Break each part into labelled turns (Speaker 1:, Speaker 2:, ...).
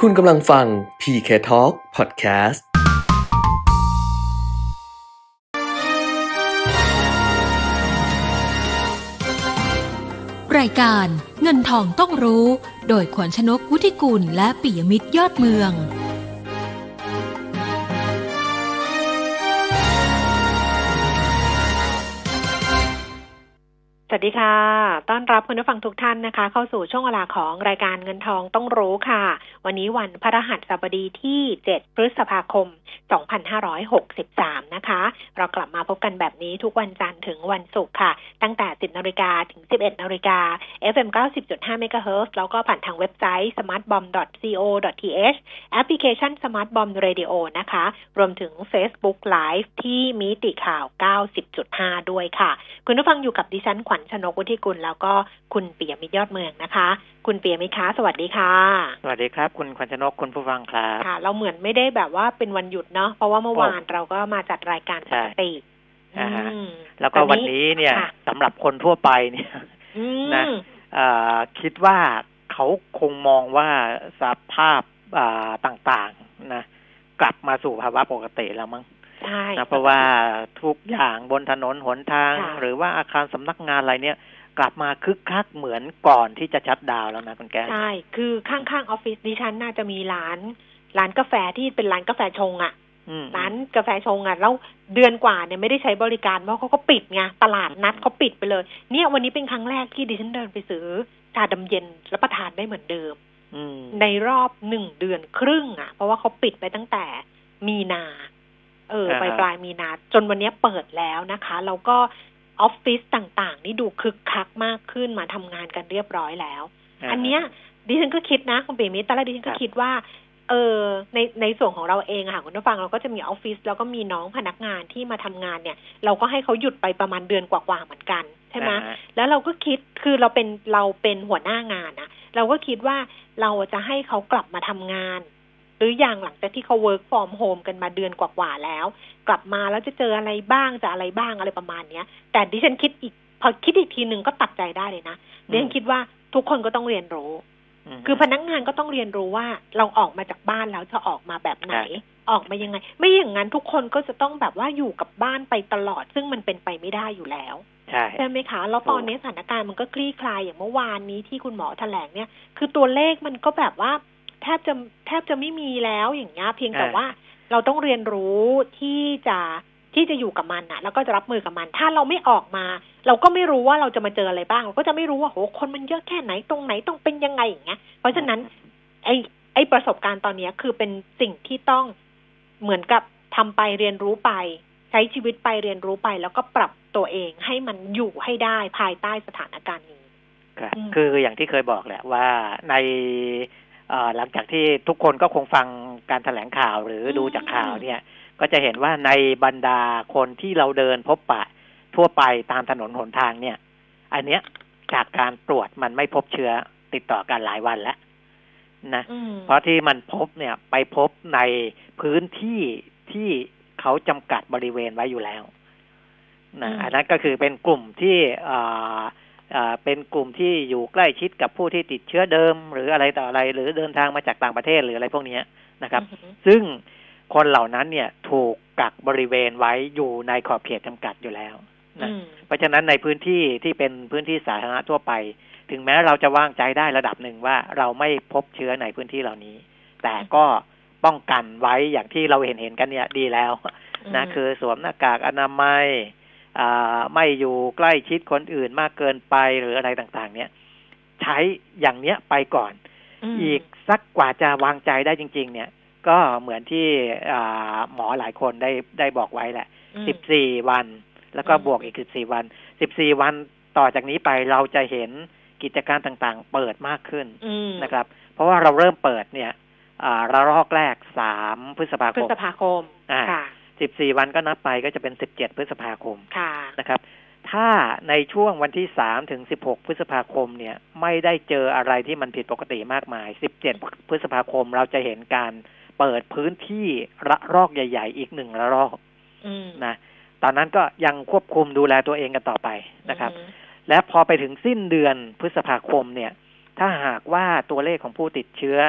Speaker 1: คุณกำลังฟัง PK Talk Podcast
Speaker 2: รายการเงินทองต้องรู้โดยขวัญชนก วุฒิกุลและปิยมิตรยอดเมือง
Speaker 3: สวัสดีค่ะต้อนรับคุณผู้ฟังทุกท่านนะคะเข้าสู่ช่วงเวลาของรายการเงินทองต้องรู้ค่ะวันนี้วันพฤหัสบดีที่7พฤษภาคม2563นะคะเรากลับมาพบกันแบบนี้ทุกวันจันทร์ถึงวันศุกร์ค่ะตั้งแต่ 10:00 นถึง 11:00 นFM 90.5 MHz แล้วก็ผ่านทางเว็บไซต์ smartbomb.co.th แอปพลิเคชัน Smart Bomb Radio นะคะรวมถึง Facebook Live ที่มิติข่าว 90.5 ด้วยค่ะคุณผู้ฟังอยู่กับดิฉันขวัญชนก วุฒิกุลแล้วก็คุณปิยมิตรยอดเมืองนะคะคุณปิยมิตรคะสวัสดีค่ะ
Speaker 4: สวัสดีครับคุณขวัญชนกคุณผู้ฟังครับ
Speaker 3: ค่ะเราเหมือนไม่ได้แบบว่าเป็นวันหยุดเนาะเพราะว่าเมื่อวานเราก็มาจัดรายการปกติ
Speaker 4: แล้วก็วันนี้เนี่ยสำหรับคนทั่วไปเนี่ยนะคิดว่าเขาคงมองว่าสภาพต่างๆนะกลับมาสู่ภาวะปกติแล้วมั้ง
Speaker 3: ใช่
Speaker 4: นะเพราะว่าทุกอย่างบนถนนหนทางหรือว่าอาคารสำนักงานอะไรเนี่ยกลับมาคึกคักเหมือนก่อนที่จะชัตดาวน์แล้วนะคุณแก้ว
Speaker 3: ใช่คือข้างๆออฟฟิศดิฉันน่าจะมีร้านกาแฟที่เป็นร้านกาแฟชงอ่ะร้านกาแฟชงอ่ะแล้วเดือนกว่าเนี่ยไม่ได้ใช้บริการเพราะเขาก็ปิดไงตลาดนัดเขาปิดไปเลยเนี่ยวันนี้เป็นครั้งแรกที่ดิฉันเดินไปซื้อชาดำเย็นรับประทานได้เหมือนเดิมในรอบ1 เดือนครึ่งอ่ะเพราะว่าเขาปิดไปตั้งแต่มีนาปลายมีนาจนวันนี้เปิดแล้วนะคะแล้วก็ออฟฟิศต่างๆนี่ดูคึกคักมากขึ้นมาทำงานกันเรียบร้อยแล้วอันเนี้ยดิฉันก็คิดนะคุณปิยมิตรตอนแรกดิฉันก็คิดว่าในส่วนของเราเองค่ะคุณผู้ฟังเราก็จะมีออฟฟิศแล้วก็มีน้องพนักงานที่มาทำงานเนี่ยเราก็ให้เขาหยุดไปประมาณเดือนกว่าๆเหมือนกันใช่ไหมแล้วเราก็คิดคือเราเป็นหัวหน้างานนะเราก็คิดว่าเราจะให้เขากลับมาทำงานหรืออย่างหลังจากที่เขา work from home กันมาเดือนกว่าๆแล้วกลับมาแล้วจะเจออะไรบ้างจะอะไรบ้างอะไรประมาณเนี้ยแต่ดิฉันคิดอีกพอคิดอีกทีนึงก็ตัดใจได้เลยนะดิฉันคิดว่าทุกคนก็ต้องเรียนรู้คือพนักงานก็ต้องเรียนรู้ว่าเราออกมาจากบ้านแล้วจะออกมาแบบไหนออกมายังไงไม่อย่างนั้นทุกคนก็จะต้องแบบว่าอยู่กับบ้านไปตลอดซึ่งมันเป็นไปไม่ได้อยู่แล้วใช่ไหมคะแล้วตอนนี้สถานการณ์มันก็คลี่คลายอย่างเมื่อวานนี้ที่คุณหมอแถลงเนี่ยคือตัวเลขมันก็แบบว่าแทบจะไม่มีแล้วอย่างเงี้ยเพียงแต่ว่าเราต้องเรียนรู้ที่จะอยู่กับมันนะแล้วก็จะรับมือกับมันถ้าเราไม่ออกมาเราก็ไม่รู้ว่าเราจะมาเจออะไรบ้างเราก็จะไม่รู้ว่าโหคนมันเยอะแค่ไหนตรงไหนต้องเป็นยังไงอย่างเงี้ยเพราะฉะนั้นไอ้ประสบการณ์ตอนนี้คือเป็นสิ่งที่ต้องเหมือนกับทำไปเรียนรู้ไปใช้ชีวิตไปเรียนรู้ไปแล้วก็ปรับตัวเองให้มันอยู่ให้ได้ภายใต้สถานการณ์นี้
Speaker 4: คืออย่างที่เคยบอกแหละว่าในหลังจากที่ทุกคนก็คงฟังการแถลงข่าวหรือดูจากข่าวเนี่ยก็จะเห็นว่าในบรรดาคนที่เราเดินพบปะทั่วไปตามถนนหนทางเนี่ยอันเนี้ยจากการตรวจมันไม่พบเชื้อติดต่อกันหลายวันแล้วนะเพราะที่มันพบเนี่ยไปพบในพื้นที่ที่เขาจำกัดบริเวณไว้อยู่แล้วนะอันนั้นก็คือเป็นกลุ่มที่เป็นกลุ่มที่อยู่ใกล้ชิดกับผู้ที่ติดเชื้อเดิมหรืออะไรต่ออะไรหรือเดินทางมาจากต่างประเทศหรืออะไรพวกนี้นะครับซึ่งคนเหล่านั้นเนี่ยถูกกักบริเวณไว้อยู่ในขอบเขตจำกัดอยู่แล้วนะเพราะฉะนั้นในพื้นที่ที่เป็นพื้นที่สาธารณะทั่วไปถึงแม้เราจะวางใจได้ระดับหนึ่งว่าเราไม่พบเชื้อในพื้นที่เหล่านี้แต่ก็ป้องกันไว้อย่างที่เราเห็นกันเนี่ยดีแล้วนะคือสวมหน้ากากอนามัยไม่อยู่ใกล้ชิดคนอื่นมากเกินไปหรืออะไรต่างๆเนี่ยใช้อย่างเนี้ยไปก่อนอีกสักกว่าจะวางใจได้จริงๆเนี่ยก็เหมือนที่หมอหลายคนได้บอกไว้แหละ14 วันแล้วก็บวกอีก14 วัน14 วันต่อจากนี้ไปเราจะเห็นกิจการต่างๆเปิดมากขึ้นนะครับเพราะว่าเราเริ่มเปิดเนี่ยระลอกแรก3 พฤษภาคมค่ะ14 วันก็นับไปก็จะเป็น17 พฤษภาคมนะครับถ้าในช่วงวันที่3 ถึง 16 พฤษภาคมเนี่ยไม่ได้เจออะไรที่มันผิดปกติมากมาย17 พฤษภาคมเราจะเห็นการเปิดพื้นที่ระลอกใหญ่ๆอีก1 ระลอกนะตอนนั้นก็ยังควบคุมดูแลตัวเองกันต่อไปนะครับและพอไปถึงสิ้นเดือนพฤษภาคมเนี่ยถ้าหากว่าตัวเลขของผู้ติดเชื้อ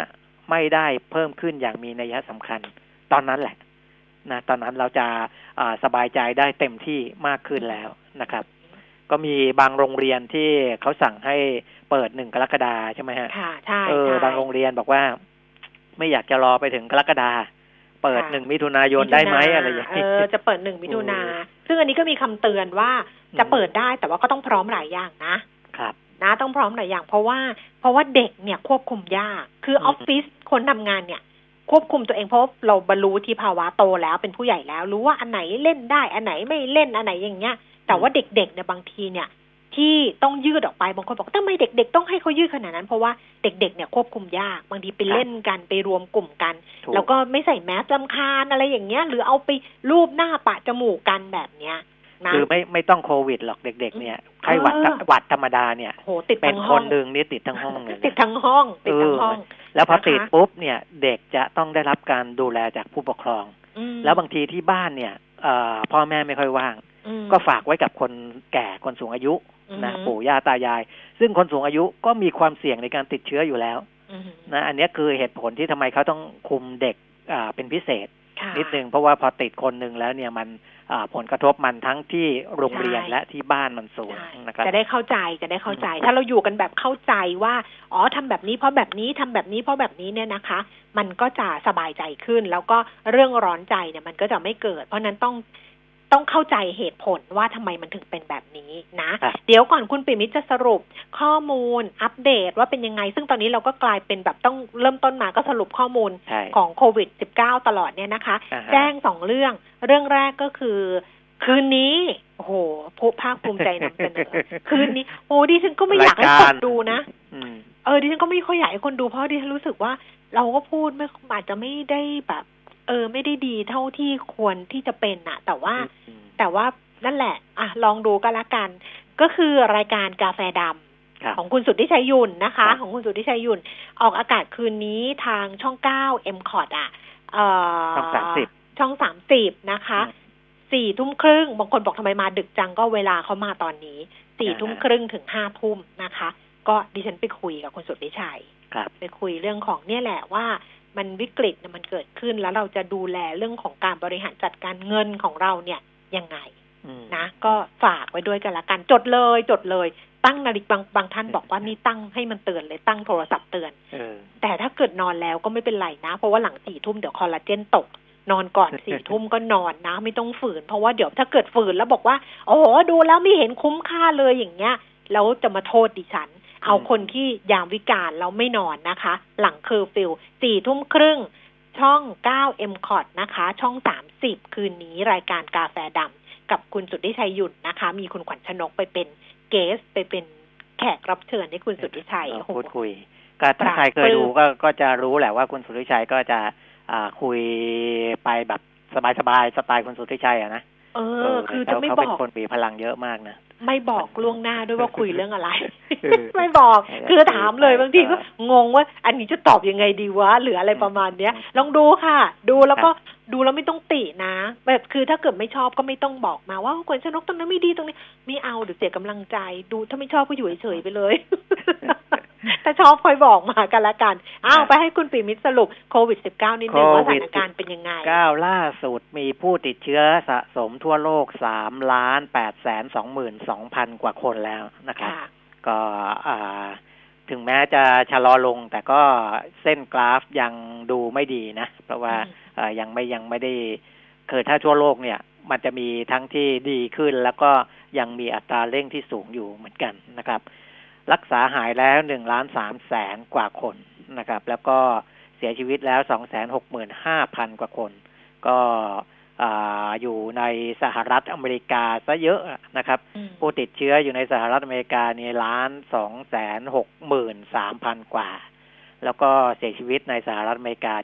Speaker 4: ไม่ได้เพิ่มขึ้นอย่างมีนัยสำคัญตอนนั้นแหละนะตอนนั้นเราจะสบายใจได้เต็มที่มากขึ้นแล้วนะครับก็มีบางโรงเรียนที่เขาสั่งให้เปิด1 กรกฎาคมใช่ไหมฮะ
Speaker 3: ค่ะใช่
Speaker 4: บางโรงเรียนบอกว่าไม่อยากจะรอไปถึงกรกฎาคมเปิด1 มิถุนายนได้ไหมอะไรอย่างนี้
Speaker 3: จะเปิด1 มิถุนาซึ่งอันนี้ก็มีคำเตือนว่าจะเปิดได้แต่ว่าก็ต้องพร้อมหลายอย่างนะครับนะต้องพร้อมหลายอย่างเพราะว่าเด็กเนี่ยควบคุมยากคือออฟฟิศคนทำงานเนี่ยควบคุมตัวเองเพราะเราบรรลุที่ภาวะโตแล้วเป็นผู้ใหญ่แล้วรู้ว่าอันไหนเล่นได้อันไหนไม่เล่นอันไหนอย่างเงี้ยแต่ว่าเด็กๆเนี่ยบางทีเนี่ยที่ต้องยืดออกไปบางคนบอกทำไมเด็กๆต้องให้เขายืดขนาดนั้นเพราะว่าเด็กๆเนี่ยควบคุมยากบางทีไปเล่นกันไปรวมกลุ่มกันแล้วก็ไม่ใส่แมสรำคาญอะไรอย่างเงี้ยหรือเอาไปลูบหน้าปะจมูกกันแบบเนี้ย
Speaker 4: คือไม่ต้องโควิดหรอกเด็กๆเนี่ยไข้หวัดธรรมดาเนี่ยเป็นคนหนึ่งนี่ติดทั้งห้องเลย
Speaker 3: ติดทั้งห้อง
Speaker 4: แล้วพอติดปุ๊บเนี่ยเด็กจะต้องได้รับการดูแลจากผู้ปกครองแล้วบางทีที่บ้านเนี่ยพ่อแม่ไม่ค่อยว่างก็ฝากไว้กับคนแก่คนสูงอายุนะปู่ย่าตายายซึ่งคนสูงอายุก็มีความเสี่ยงในการติดเชื้ออยู่แล้วนะอันนี้คือเหตุผลที่ทำไมเขาต้องคุมเด็กเป็นพิเศษนิดนึงเพราะว่าพอติดคนนึงแล้วเนี่ยมันผลกระทบมันทั้งที่โรงเรียนและที่บ้านมันสูงนะครับ
Speaker 3: จะได้เข้าใจถ้าเราอยู่กันแบบเข้าใจว่าอ๋อทำแบบนี้เพราะแบบนี้ทำแบบนี้เพราะแบบนี้เนี่ยนะคะมันก็จะสบายใจขึ้นแล้วก็เรื่องร้อนใจเนี่ยมันก็จะไม่เกิดเพราะนั้นต้องเข้าใจเหตุผลว่าทำไมมันถึงเป็นแบบนี้นะเดี๋ยวก่อนคุณปิ่มมิตรจะสรุปข้อมูลอัปเดตว่าเป็นยังไงซึ่งตอนนี้เราก็กลายเป็นแบบต้องเริ่มต้นมาก็สรุปข้อมูลของโควิด -19 ตลอดเนี่ยนะคะแจ้ง2 เรื่องแรกก็คือคืนนี้โอ้โหภาคภูมิใจนำเสนอคืนนี้โอ้ดิฉันก็ไม่อยากให้คนดูนะดิฉันก็ไม่ค่อยอยากให้คนดูเพราะดิฉันรู้สึกว่าเราก็พูดไม่อาจจะไม่ได้แบบไม่ได้ดีเท่าที่ควรที่จะเป็นน่ะแต่ว่านั่นแหละลองดูก็แล้วกันก็คือรายการกาแฟดำของคุณสุทธิชัยยุ่นนะคะของคุณสุทธิชัยยุ่นออกอากาศคืนนี้ทางช่อง9 MCOT ช่อง30นะคะ4 ทุ่มครึ่งบางคนบอกทำไมมาดึกจังก็เวลาเขามาตอนนี้4 ทุ่มครึ่งถึง5 ทุ่มนะคะก็ดิฉันไปคุยกับคุณสุทธิชัยไปคุยเรื่องของเนี่ยแหละว่ามันวิกฤตมันเกิดขึ้นแล้วเราจะดูแลเรื่องของการบริหารจัดการเงินของเราเนี่ยยังไงนะก็ฝากไว้ด้วยกันละกันจดเลยตั้งนาฬิกาบางท่านบอกว่านี่ตั้งให้มันเตือนเลยตั้งโทรศัพท์เตือนแต่ถ้าเกิดนอนแล้วก็ไม่เป็นไรนะเพราะว่าหลัง4 ทุ่มเดี๋ยวคอลลาเจนตกนอนก่อน4 ทุ่มก็นอนนะไม่ต้องฝืนเพราะว่าเดี๋ยวถ้าเกิดฝืนแล้วบอกว่าโอ้โหดูแล้วไม่เห็นคุ้มค่าเลยอย่างเงี้ยแล้วจะมาโทษดิฉันเอาคนที่ยามวิกาลแล้วไม่นอนนะคะหลังเคอร์ฟิว 4 ทุ่มครึ่งช่อง9 MCOT นะคะช่อง30คืนนี้รายการกาแฟดำกับคุณสุทธิชัยยุ่นนะคะมีคุณขวัญชนกไปเป็นเกสไปเป็นแขกรับเชิญให้คุณสุทธิชัย
Speaker 4: พูดคุยก็ถ้าใครเคยดูก็จะรู้แหละว่าคุณสุทธิชัยก็จะคุยไปแบบสบายๆสไตล์คุณสุทธิชัยอะนะ
Speaker 3: คือจะไม่บอกเขา
Speaker 4: เป็นคนมีพลังเยอะมากนะ
Speaker 3: ไม่บอกล่วงหน้าด้วยว่าคุยเรื่องอะไร ไม่บอกคือถามเลยบางทีก็งงว่าอันนี้จะตอบยังไงดีวะหรืออะไรประมาณเนี้ยลองดูค่ะดูแล้วก็ดูแล้วไม่ต้องตินะแบบคือถ้าเกิดไม่ชอบก็ไม่ต้องบอกมาว่าคนชนกตรงนั้นไม่ดีตรงนี้ไม่เอาเดี๋ยวเสียกำลังใจดูถ้าไม่ชอบก็อยู่เฉยๆไปเลย ถ้าชอบค่อยบอกมากันละกันไปให้คุณปิ่มมิตรสรุปโควิด -19 นิดนึงว่าสถานการณ์เป็นยังไง
Speaker 4: 9ล่าสุดมีผู้ติดเชื้อสะสมทั่วโลก 3,822,000 กว่าคนแล้วนะครับก็ถึงแม้จะชะลอลงแต่ก็เส้นกราฟยังดูไม่ดีนะเพราะว่ายังไม่ได้คือถ้าทั่วโลกเนี่ยมันจะมีทั้งที่ดีขึ้นแล้วก็ยังมีอัตราเร่งที่สูงอยู่เหมือนกันนะครับรักษาหายแล้ว 1,300,000 กว่าคนนะครับแล้วก็เสียชีวิตแล้ว 265,000 กว่าคนก็อยู่ในสหรัฐอเมริกาซะเยอะนะครับผู้ติดเชื้ออยู่ในสหรัฐอเมริกานี่ 1,263,000 กว่าแล้วก็เสียชีวิตในสหรัฐอเมริกา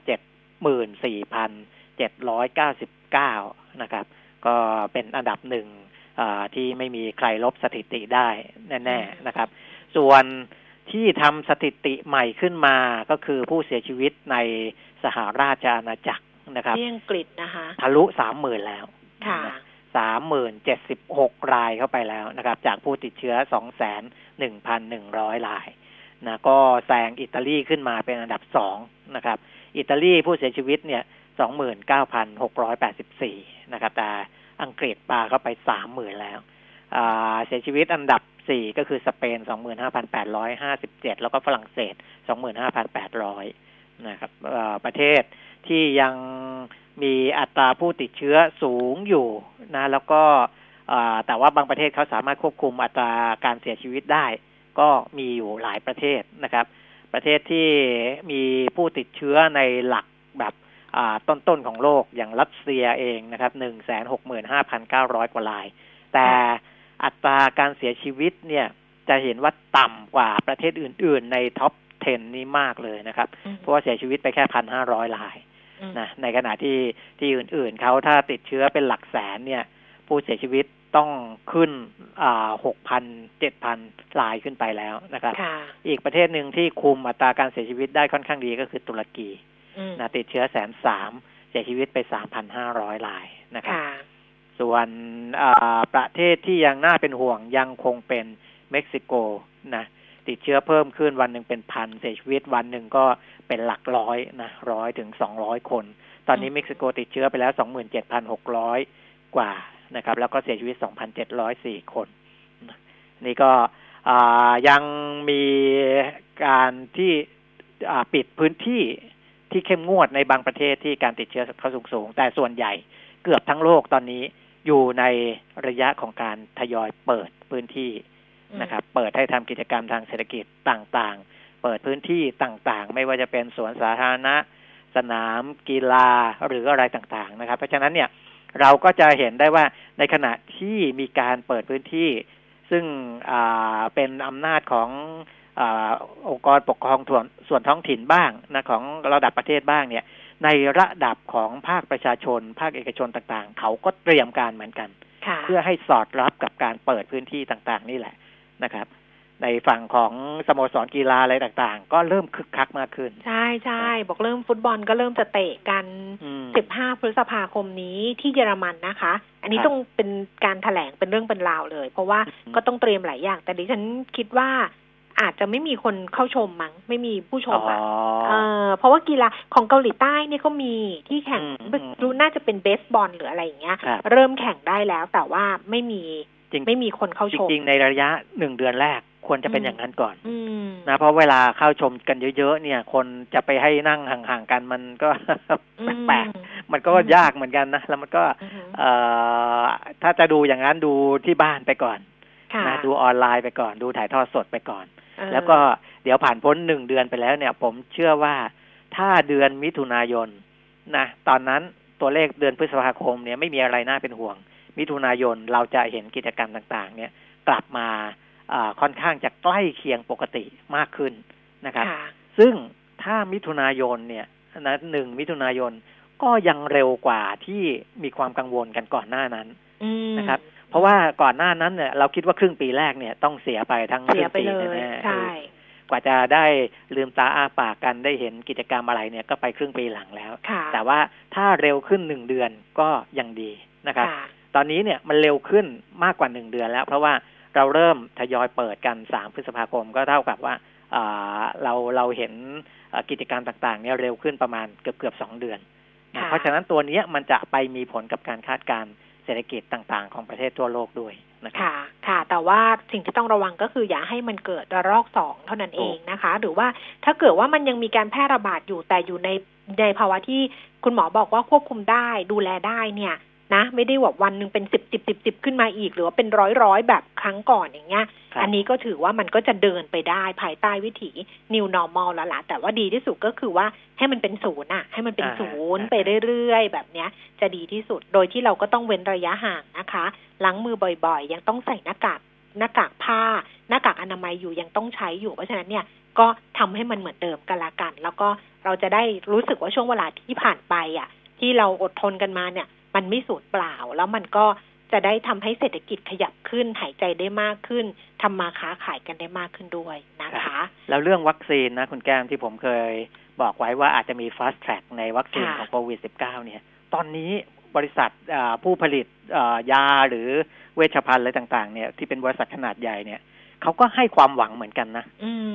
Speaker 4: 74,799 นะครับก็เป็นอันดับหนึ่งที่ไม่มีใครลบสถิติได้แน่ๆนะครับส่วนที่ทำสถิติใหม่ขึ้นมาก็คือผู้เสียชีวิตในสหราชอาณาจักรนะครับ
Speaker 3: ที่อังกฤษนะคะ
Speaker 4: ทะลุ 30,000 แล้วค่ะ 30,076 รายเข้าไปแล้วนะครับจากผู้ติดเชื้อ 21,100 รายนะก็แซงอิตาลีขึ้นมาเป็นอันดับ2นะครับอิตาลีผู้เสียชีวิตเนี่ย 29,684 นะครับแต่อังกฤษปาเข้าไป 30,000 แล้วเสียชีวิตอันดับ4ก็คือสเปน 25,857 แล้วก็ฝรั่งเศส 25,800 นะครับประเทศที่ยังมีอัตราผู้ติดเชื้อสูงอยู่นะแล้วก็แต่ว่าบางประเทศเขาสามารถควบคุมอัตราการเสียชีวิตได้ก็มีอยู่หลายประเทศนะครับประเทศที่มีผู้ติดเชื้อในหลักแบบต้นๆของโลกอย่างรัสเซียเองนะครับ 165,900 กว่ารายแต่อัตราการเสียชีวิตเนี่ยจะเห็นว่าต่ำกว่าประเทศอื่นๆในท็อป 10 นี้มากเลยนะครับเพราะว่าเสียชีวิตไปแค่ 1,500 รายนะในขณะที่อื่นๆเขาถ้าติดเชื้อเป็นหลักแสนเนี่ยผู้เสียชีวิตต้องขึ้น6,000 7,000 รายขึ้นไปแล้วนะครับอีกประเทศหนึ่งที่คุมอัตราการเสียชีวิตได้ค่อนข้างดีก็คือตุรกีนะติดเชื้อ 130,000 เสียชีวิตไป 3,500 รายนะครับส่วนประเทศที่ยังน่าเป็นห่วงยังคงเป็นเม็กซิโกนะติดเชื้อเพิ่มขึ้นวันหนึ่งเป็นพันเสียชีวิตวันหนึ่งก็เป็นหลักร้อยนะ100 ถึง 200 คนตอนนี้เม็กซิโกติดเชื้อไปแล้ว 27,600 กว่านะครับแล้วก็เสียชีวิต 2,704 คนนี่ก็ยังมีการที่ปิดพื้นที่ที่เข้มงวดในบางประเทศที่การติดเชื้อเขาสูงแต่ส่วนใหญ่เกือบทั้งโลกตอนนี้อยู่ในระยะของการทยอยเปิดพื้นที่นะครับเปิดให้ทำกิจกรรมทางเศรษฐกิจต่างๆเปิดพื้นที่ต่างๆไม่ว่าจะเป็นสวนสาธารณะสนามกีฬาหรืออะไรต่างๆนะครับเพราะฉะนั้นเนี่ยเราก็จะเห็นได้ว่าในขณะที่มีการเปิดพื้นที่ซึ่งเป็นอำนาจขององค์กรปกครองส่วนท้องถิ่นบ้างนะของระดับประเทศบ้างเนี่ยในระดับของภาคประชาชนภาคเอกชนต่างๆเขาก็เตรียมการเหมือนกันเพื่อให้สอดรับกับการเปิดพื้นที่ต่างๆนี่แหละนะครับในฝั่งของสโมสรกีฬาอะไรต่างๆก็เริ่มคึกคักมากขึ้น
Speaker 3: ใช่ๆบอกเริ่มฟุตบอลก็เริ่มจะเตะกัน15 พฤษภาคมนี้ที่เยอรมันนะคะอันนี้ต้องเป็นการแถลงเป็นเรื่องเป็นราวเลยเพราะว่าก็ต้องเตรียมหลายอย่างแต่ดิฉันคิดว่าอาจจะไม่มีคนเข้าชมมั้งไม่มีผู้ชมเพราะว่ากีฬาของเกาหลีใต้นี่ก็มีที่แข่งรู้น่าจะเป็นเบสบอลหรืออะไรอย่างเงี้ยเริ่มแข่งได้แล้วแต่ว่าไม่มีคนเข้าชม
Speaker 4: จริงๆในระยะ1 เดือนแรกควรจะเป็นอย่างนั้นก่อนนะเพราะเวลาเข้าชมกันเยอะๆเนี่ยคนจะไปให้นั่งห่างๆกันมันก็แปลกๆมันก็ยากเหมือนกันนะแล้วมันก็ถ้าจะดูอย่างนั้นดูที่บ้านไปก่อนนะดูออนไลน์ไปก่อนดูถ่ายทอดสดไปก่อนแล้วก็เดี๋ยวผ่านพ้น1 เดือนไปแล้วเนี่ยผมเชื่อว่าถ้าเดือนมิถุนายนนะตอนนั้นตัวเลขเดือนพฤษภาคมเนี่ยไม่มีอะไรน่าเป็นห่วงมิถุนายนเราจะเห็นกิจกรรมต่างๆเนี่ยกลับมาค่อนข้างจะใกล้เคียงปกติมากขึ้นนะครับซึ่งถ้ามิถุนายนเนี่ยนะ1 มิถุนายนก็ยังเร็วกว่าที่มีความกังวลกันก่อนหน้านั้นนะครับเพราะว่าก่อนหน้านั้นเนี่ยเราคิดว่าครึ่งปีแรกเนี่ยต้องเสียไปทั้งครึ่งปีแน่ๆกว่าจะได้ลืมตาอ้าปากกันได้เห็นกิจกรรมอะไรเนี่ยก็ไปครึ่งปีหลังแล้วแต่ว่าถ้าเร็วขึ้น1 เดือนก็ยังดีนะครับตอนนี้เนี่ยมันเร็วขึ้นมากกว่า1 เดือนแล้วเพราะว่าเราเริ่มทยอยเปิดกัน3 พฤษภาคมก็เท่ากับว่าเราเห็นกิจการต่างๆเนี่ยเร็วขึ้นประมาณเกือบ2 เดือนเพราะฉะนั้นตัวนี้มันจะไปมีผลกับการคาดการณ์เศรษฐกิจต่างๆของประเทศทั่วโลกด้วยนะครับ
Speaker 3: ค่ะแต่ว่าสิ่งที่ต้องระวังก็คืออย่าให้มันเกิดระลอก2เท่านั้นเองนะคะหรือว่าถ้าเกิดว่ามันยังมีการแพร่ระบาดอยู่แต่อยู่ในภาวะที่คุณหมอบอกว่าควบคุมได้ดูแลได้เนี่ยนะไม่ได้ว่าวันนึงเป็น10ขึ้นมาอีกหรือว่าเป็นร้อยแบบครั้งก่อนอย่างเงี้ยอันนี้ก็ถือว่ามันก็จะเดินไปได้ภายใต้วิถี New Normal แล้วล่ะแต่ว่าดีที่สุดก็คือว่าให้มันเป็นศูนย์ให้มันเป็นศูนย์ไปเรื่อยๆแบบเนี้ยจะดีที่สุดโดยที่เราก็ต้องเว้นระยะห่างนะคะล้างมือบ่อยๆยังต้องใส่หน้ากากผ้าหน้ากากอนามัยอยู่ยังต้องใช้อยู่เพราะฉะนั้นเนี่ยก็ทำให้มันเหมือนเดิมกันละกันแล้วก็เราจะได้รู้สึกว่าช่วงเวลาที่ผ่านไปที่เราอดทนกันมาเนี่ยมันไม่สูญเปล่าแล้วมันก็จะได้ทำให้เศรษฐกิจขยับขึ้นหายใจได้มากขึ้นทำมาค้าขายกันได้มากขึ้นด้วยนะคะ
Speaker 4: แล้วเรื่องวัคซีนนะคุณแก้มที่ผมเคยบอกไว้ว่าอาจจะมี fast track ในวัคซีนของโควิด -19 เนี่ยตอนนี้บริษัทผู้ผลิตยาหรือเวชภัณฑ์อะไรต่างๆเนี่ยที่เป็นบริษัทขนาดใหญ่เนี่ยเขาก็ให้ความหวังเหมือนกันนะ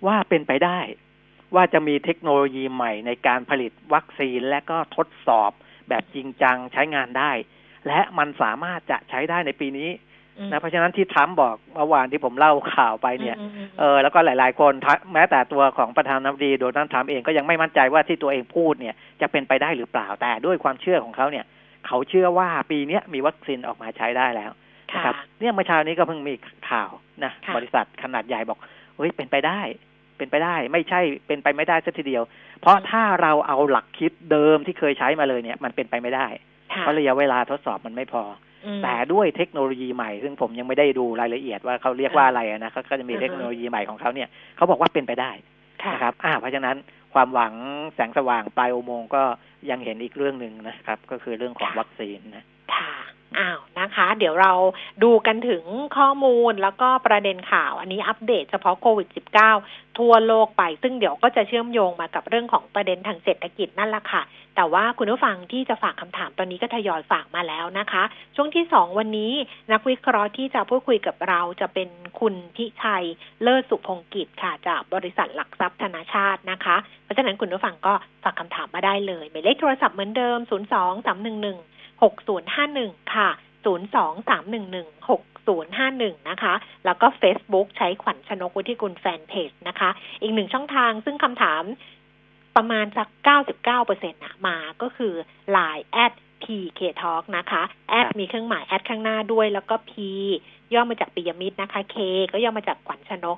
Speaker 4: ว่าเป็นไปได้ว่าจะมีเทคโนโลยีใหม่ในการผลิตวัคซีนและก็ทดสอบแบบจริงจังใช้งานได้และมันสามารถจะใช้ได้ในปีนี้นะเพราะฉะนั้นที่ทรัมป์บอกเมื่อวานที่ผมเล่าข่าวไปเนี่ยแล้วก็หลายๆคนแม้แต่ตัวของประธานาธิบดีโดนัลด์ทรัมป์เองก็ยังไม่มั่นใจว่าที่ตัวเองพูดเนี่ยจะเป็นไปได้หรือเปล่าแต่ด้วยความเชื่อของเขาเนี่ยเขาเชื่อว่าปีนี้มีวัคซีนออกมาใช้ได้แล้วนะครับเนี่ยเมื่อเช้านี้ก็เพิ่งมีข่าวนะบริษัทขนาดใหญ่บอกเฮ้ยเป็นไปได้ไม่ใช่เป็นไปไม่ได้ซะทีเดียวเพราะถ้าเราเอาหลักคิดเดิมที่เคยใช้มาเลยเนี่ยมันเป็นไปไม่ได้เพราะระยะเวลาทดสอบมันไม่พอแต่ด้วยเทคโนโลยีใหม่ซึ่งผมยังไม่ได้ดูรายละเอียดว่าเขาเรียกว่าอะไรนะเขาก็จะมีเทคโนโลยีใหม่ของเขาเนี่ยเขาบอกว่าเป็นไปได้นะครับเพราะฉะนั้นความหวังแสงสว่างปลายอุโมงค์ก็ยังเห็นอีกเรื่องนึงนะครับก็คือเรื่องของวัคซีนนะ
Speaker 3: ค่ะนะคะเดี๋ยวเราดูกันถึงข้อมูลแล้วก็ประเด็นข่าวอันนี้อัปเดตเฉพาะโควิด -19 ทั่วโลกไปซึ่งเดี๋ยวก็จะเชื่อมโยงมากับเรื่องของประเด็นทางเศรษฐกิจนั่นแหละค่ะแต่ว่าคุณผู้ฟังที่จะฝากคำถามตอนนี้ก็ทยอยฝากมาแล้วนะคะช่วงที่2วันนี้นักวิเคราะห์ที่จะพูดคุยกับเราจะเป็นคุณทิชัยเลิศสุพงกิจค่ะจากบริษัทหลักทรัพย์ธนาชาตินะคะเพราะฉะนั้นคุณผู้ฟังก็ฝากคำถามมาได้เลยหมายเลขโทรศัพท์เหมือนเดิม023116051ค่ะ023116051นะคะแล้วก็ Facebook ใช้ขวัญชนกวุฒิกุลแฟนเพจนะคะอีกหนึ่งช่องทางซึ่งคำถามประมาณสัก 99% นะมาก็คือ LINE @PKTalk นะคะแอดมีเครื่องหมายแอดข้างหน้าด้วยแล้วก็ P ย่อมาจากปิยมิตรนะคะ K ก็ย่อมาจากขวัญชนก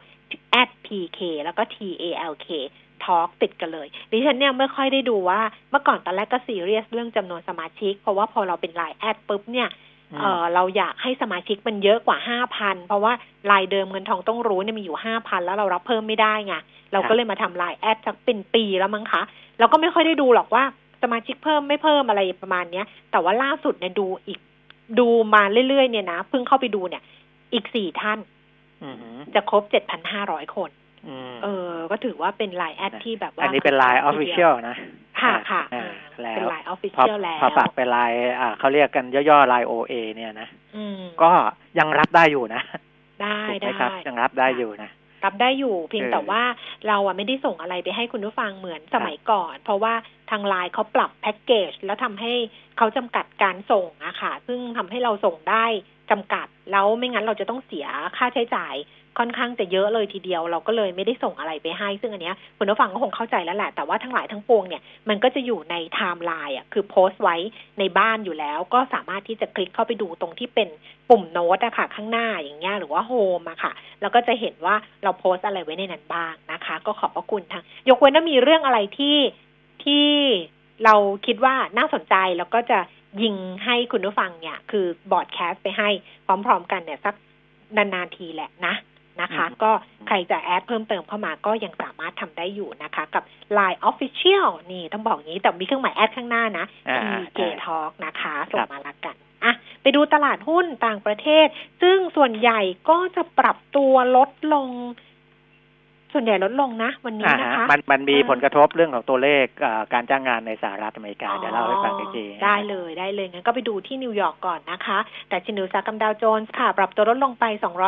Speaker 3: @PK แล้วก็ TALK Talk ติดกันเลยดิฉันเนี่ยไม่ค่อยได้ดูว่าเมื่อก่อนตอนแรกก็ซีเรียสเรื่องจำนวนสมาชิกเพราะว่าพอเราเป็น LINE แอดปุ๊บเนี่ยเราอยากให้สมาชิกมันเยอะกว่า 5,000 เพราะว่ารายเดิมเงินทองต้องรู้เนี่ยมีอยู่ 5,000 แล้วเรารับเพิ่มไม่ได้ไงเราก็เลยมาทำ LINE แอดสักเป็นปีแล้วมั้งคะเราก็ไม่ค่อยได้ดูหรอกว่าสมาชิกเพิ่มไม่เพิ่มอะไรประมาณนี้แต่ว่าล่าสุดเนี่ยดูมาเรื่อยๆเนี่ยนะเพิ่งเข้าไปดูเนี่ยอีก4ท่านจะครบ 7,500 คนก็ถือว่าเป็น LINE แอดที่แบบว่า
Speaker 4: อันนี้เป็น LINE Official นะ
Speaker 3: ค่ะเป็น LINE Official แล้ว
Speaker 4: พอปรับเป็น LINE เขาเรียกกันย่อๆ LINE OA เนี่ยนะก็ยังรับได้อยู่นะ
Speaker 3: ได้
Speaker 4: ครับยังรับได้อยู่นะ
Speaker 3: รับได้อยู่เพียงแต่ว่าเราไม่ได้ส่งอะไรไปให้คุณผู้ฟังเหมือนสมัยก่อนเพราะว่าทาง LINE เขาปรับแพ็คเกจแล้วทำให้เขาจำกัดการส่งอะค่ะซึ่งทำให้เราส่งได้จำกัดแล้วไม่งั้นเราจะต้องเสียค่าใช้จ่ายค่อนข้างจะเยอะเลยทีเดียวเราก็เลยไม่ได้ส่งอะไรไปให้ซึ่งอันเนี้ยคุณผู้ฟังก็คงเข้าใจแล้วแหละแต่ว่าทั้งหลายทั้งปวงเนี่ยมันก็จะอยู่ในไทม์ไลน์คือโพสต์ไว้ในบ้านอยู่แล้วก็สามารถที่จะคลิกเข้าไปดูตรงที่เป็นปุ่มโน้ตอะค่ะข้างหน้าอย่างเงี้ยหรือว่าโฮมอะค่ะแล้วก็จะเห็นว่าเราโพสต์อะไรไว้ในนั้นบ้างนะคะก็ขอบพระคุณทั้งยกเว้นว่ามีเรื่องอะไรที่เราคิดว่าน่าสนใจแล้วก็จะยิงให้คุณผู้ฟังเนี่ยคือบอร์ดแคสต์ไปให้พร้อมๆกันเนี่ยสักนานๆทีแหละนะคะก็ใครจะแอดเพิ่มเติมเข้ามาก็ยังสามารถทำได้อยู่นะคะกับ LINE Official นี่ต้องบอกอย่างนี้แต่มีเครื่องหมายแอดข้างหน้านะ PK Talk นะคะส่งมาละกันไปดูตลาดหุ้นต่างประเทศซึ่งส่วนใหญ่ก็จะปรับตัวลดลงส่วนใหญ่ลดลงนะวันนี้นะคะ
Speaker 4: มันมีผลกระทบเรื่องของตัวเลขการจ้างงานในสหรัฐอเมริกาเดี๋ยวเล่าให้ฟังอีกที
Speaker 3: ได้เลยงั้นก็ไปดูที่นิวยอร์กก่อนนะคะแต่ดัชนีอุตสาหกรรมดาวโจนส์ค่ะปรับตัวลดลงไป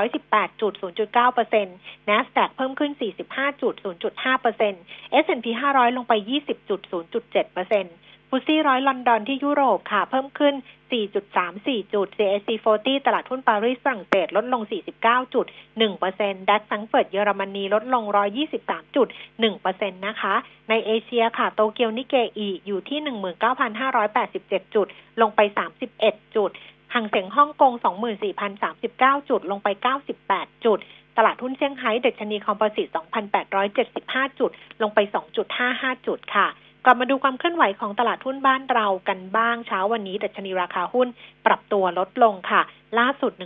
Speaker 3: 218.0.9% NASDAQ เพิ่มขึ้น 45.0.5% S&P 500 ลงไป 20.0.7%ฟุตซี่100ลอนดอนที่ยุโรปค่ะเพิ่มขึ้น 4.34 จุด CAC 40ตลาดหุ้นปารีสฝรั่งเศสลดลง 49.1% ดัชซังก์เฟิร์ตเยอรมนีลดลง 123.1% นะคะในเอเชียค่ะโตเกียวนิเกอิอยู่ที่ 19,587 จุดลงไป31จุดหังเส็งฮ่องกง 24,039 จุดลงไป98จุดตลาดหุ้นเซี่ยงไฮ้ดัชนีคอมโพสิต 2,875 จุดลงไป 2.55 จุดค่ะกลับมาดูความเคลื่อนไหวของตลาดหุ้นบ้านเรากันบ้างเช้าวันนี้ดัชนีราคาหุ้นปรับตัวลดลงค่ะล่าสุด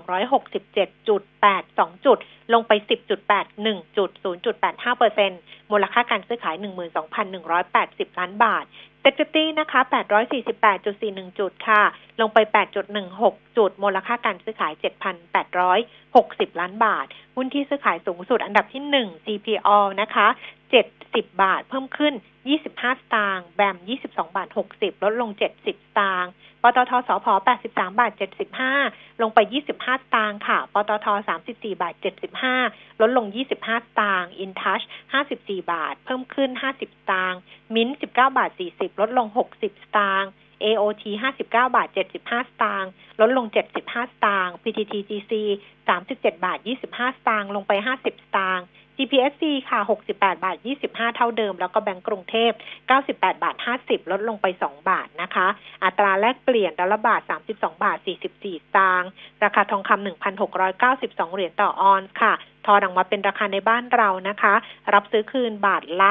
Speaker 3: 1,267.82 จุดลงไป 10.81 จุด 0.85% มูลค่าการซื้อขาย 12,180 ล้านบาทเซ็ต50นะคะ 848.41 จุดค่ะลงไป 8.16 จุดมูลค่าการซื้อขาย 7,860 ล้านบาทหุ้นที่ซื้อขายสูงสุดอันดับที่1 CPO นะคะ70 บาทเพิ่มขึ้น25 สตางค์แบม22.60 บาทลดลง70 สตางค์ปตท.สผ. 83.75 ลงไป25 สตางค์ค่ะปตท. 34.75 ลดลง25 สตางค์อินทัช54 บาทเพิ่มขึ้น50 สตางค์มิ้นท์19.40 ลดลง60 สตางค์ AOT 59.75 สตางค์ลดลง75 สตางค์ PTTGC 37.25 สตางค์ลงไป50 สตางค์ GPSC ค่ะ 68.25 เท่าเดิมแล้วก็แบงก์กรุงเทพ 98.50 ลดลงไป2 บาทนะคะอัตราแลกเปลี่ยนดอลลาร์บาท 32.44 สตางค์ราคาทองคำ 1,692 เหรียญต่อออนซ์ค่ะทอนออกมาเป็นราคาในบ้านเรานะคะรับซื้อคืนบาทละ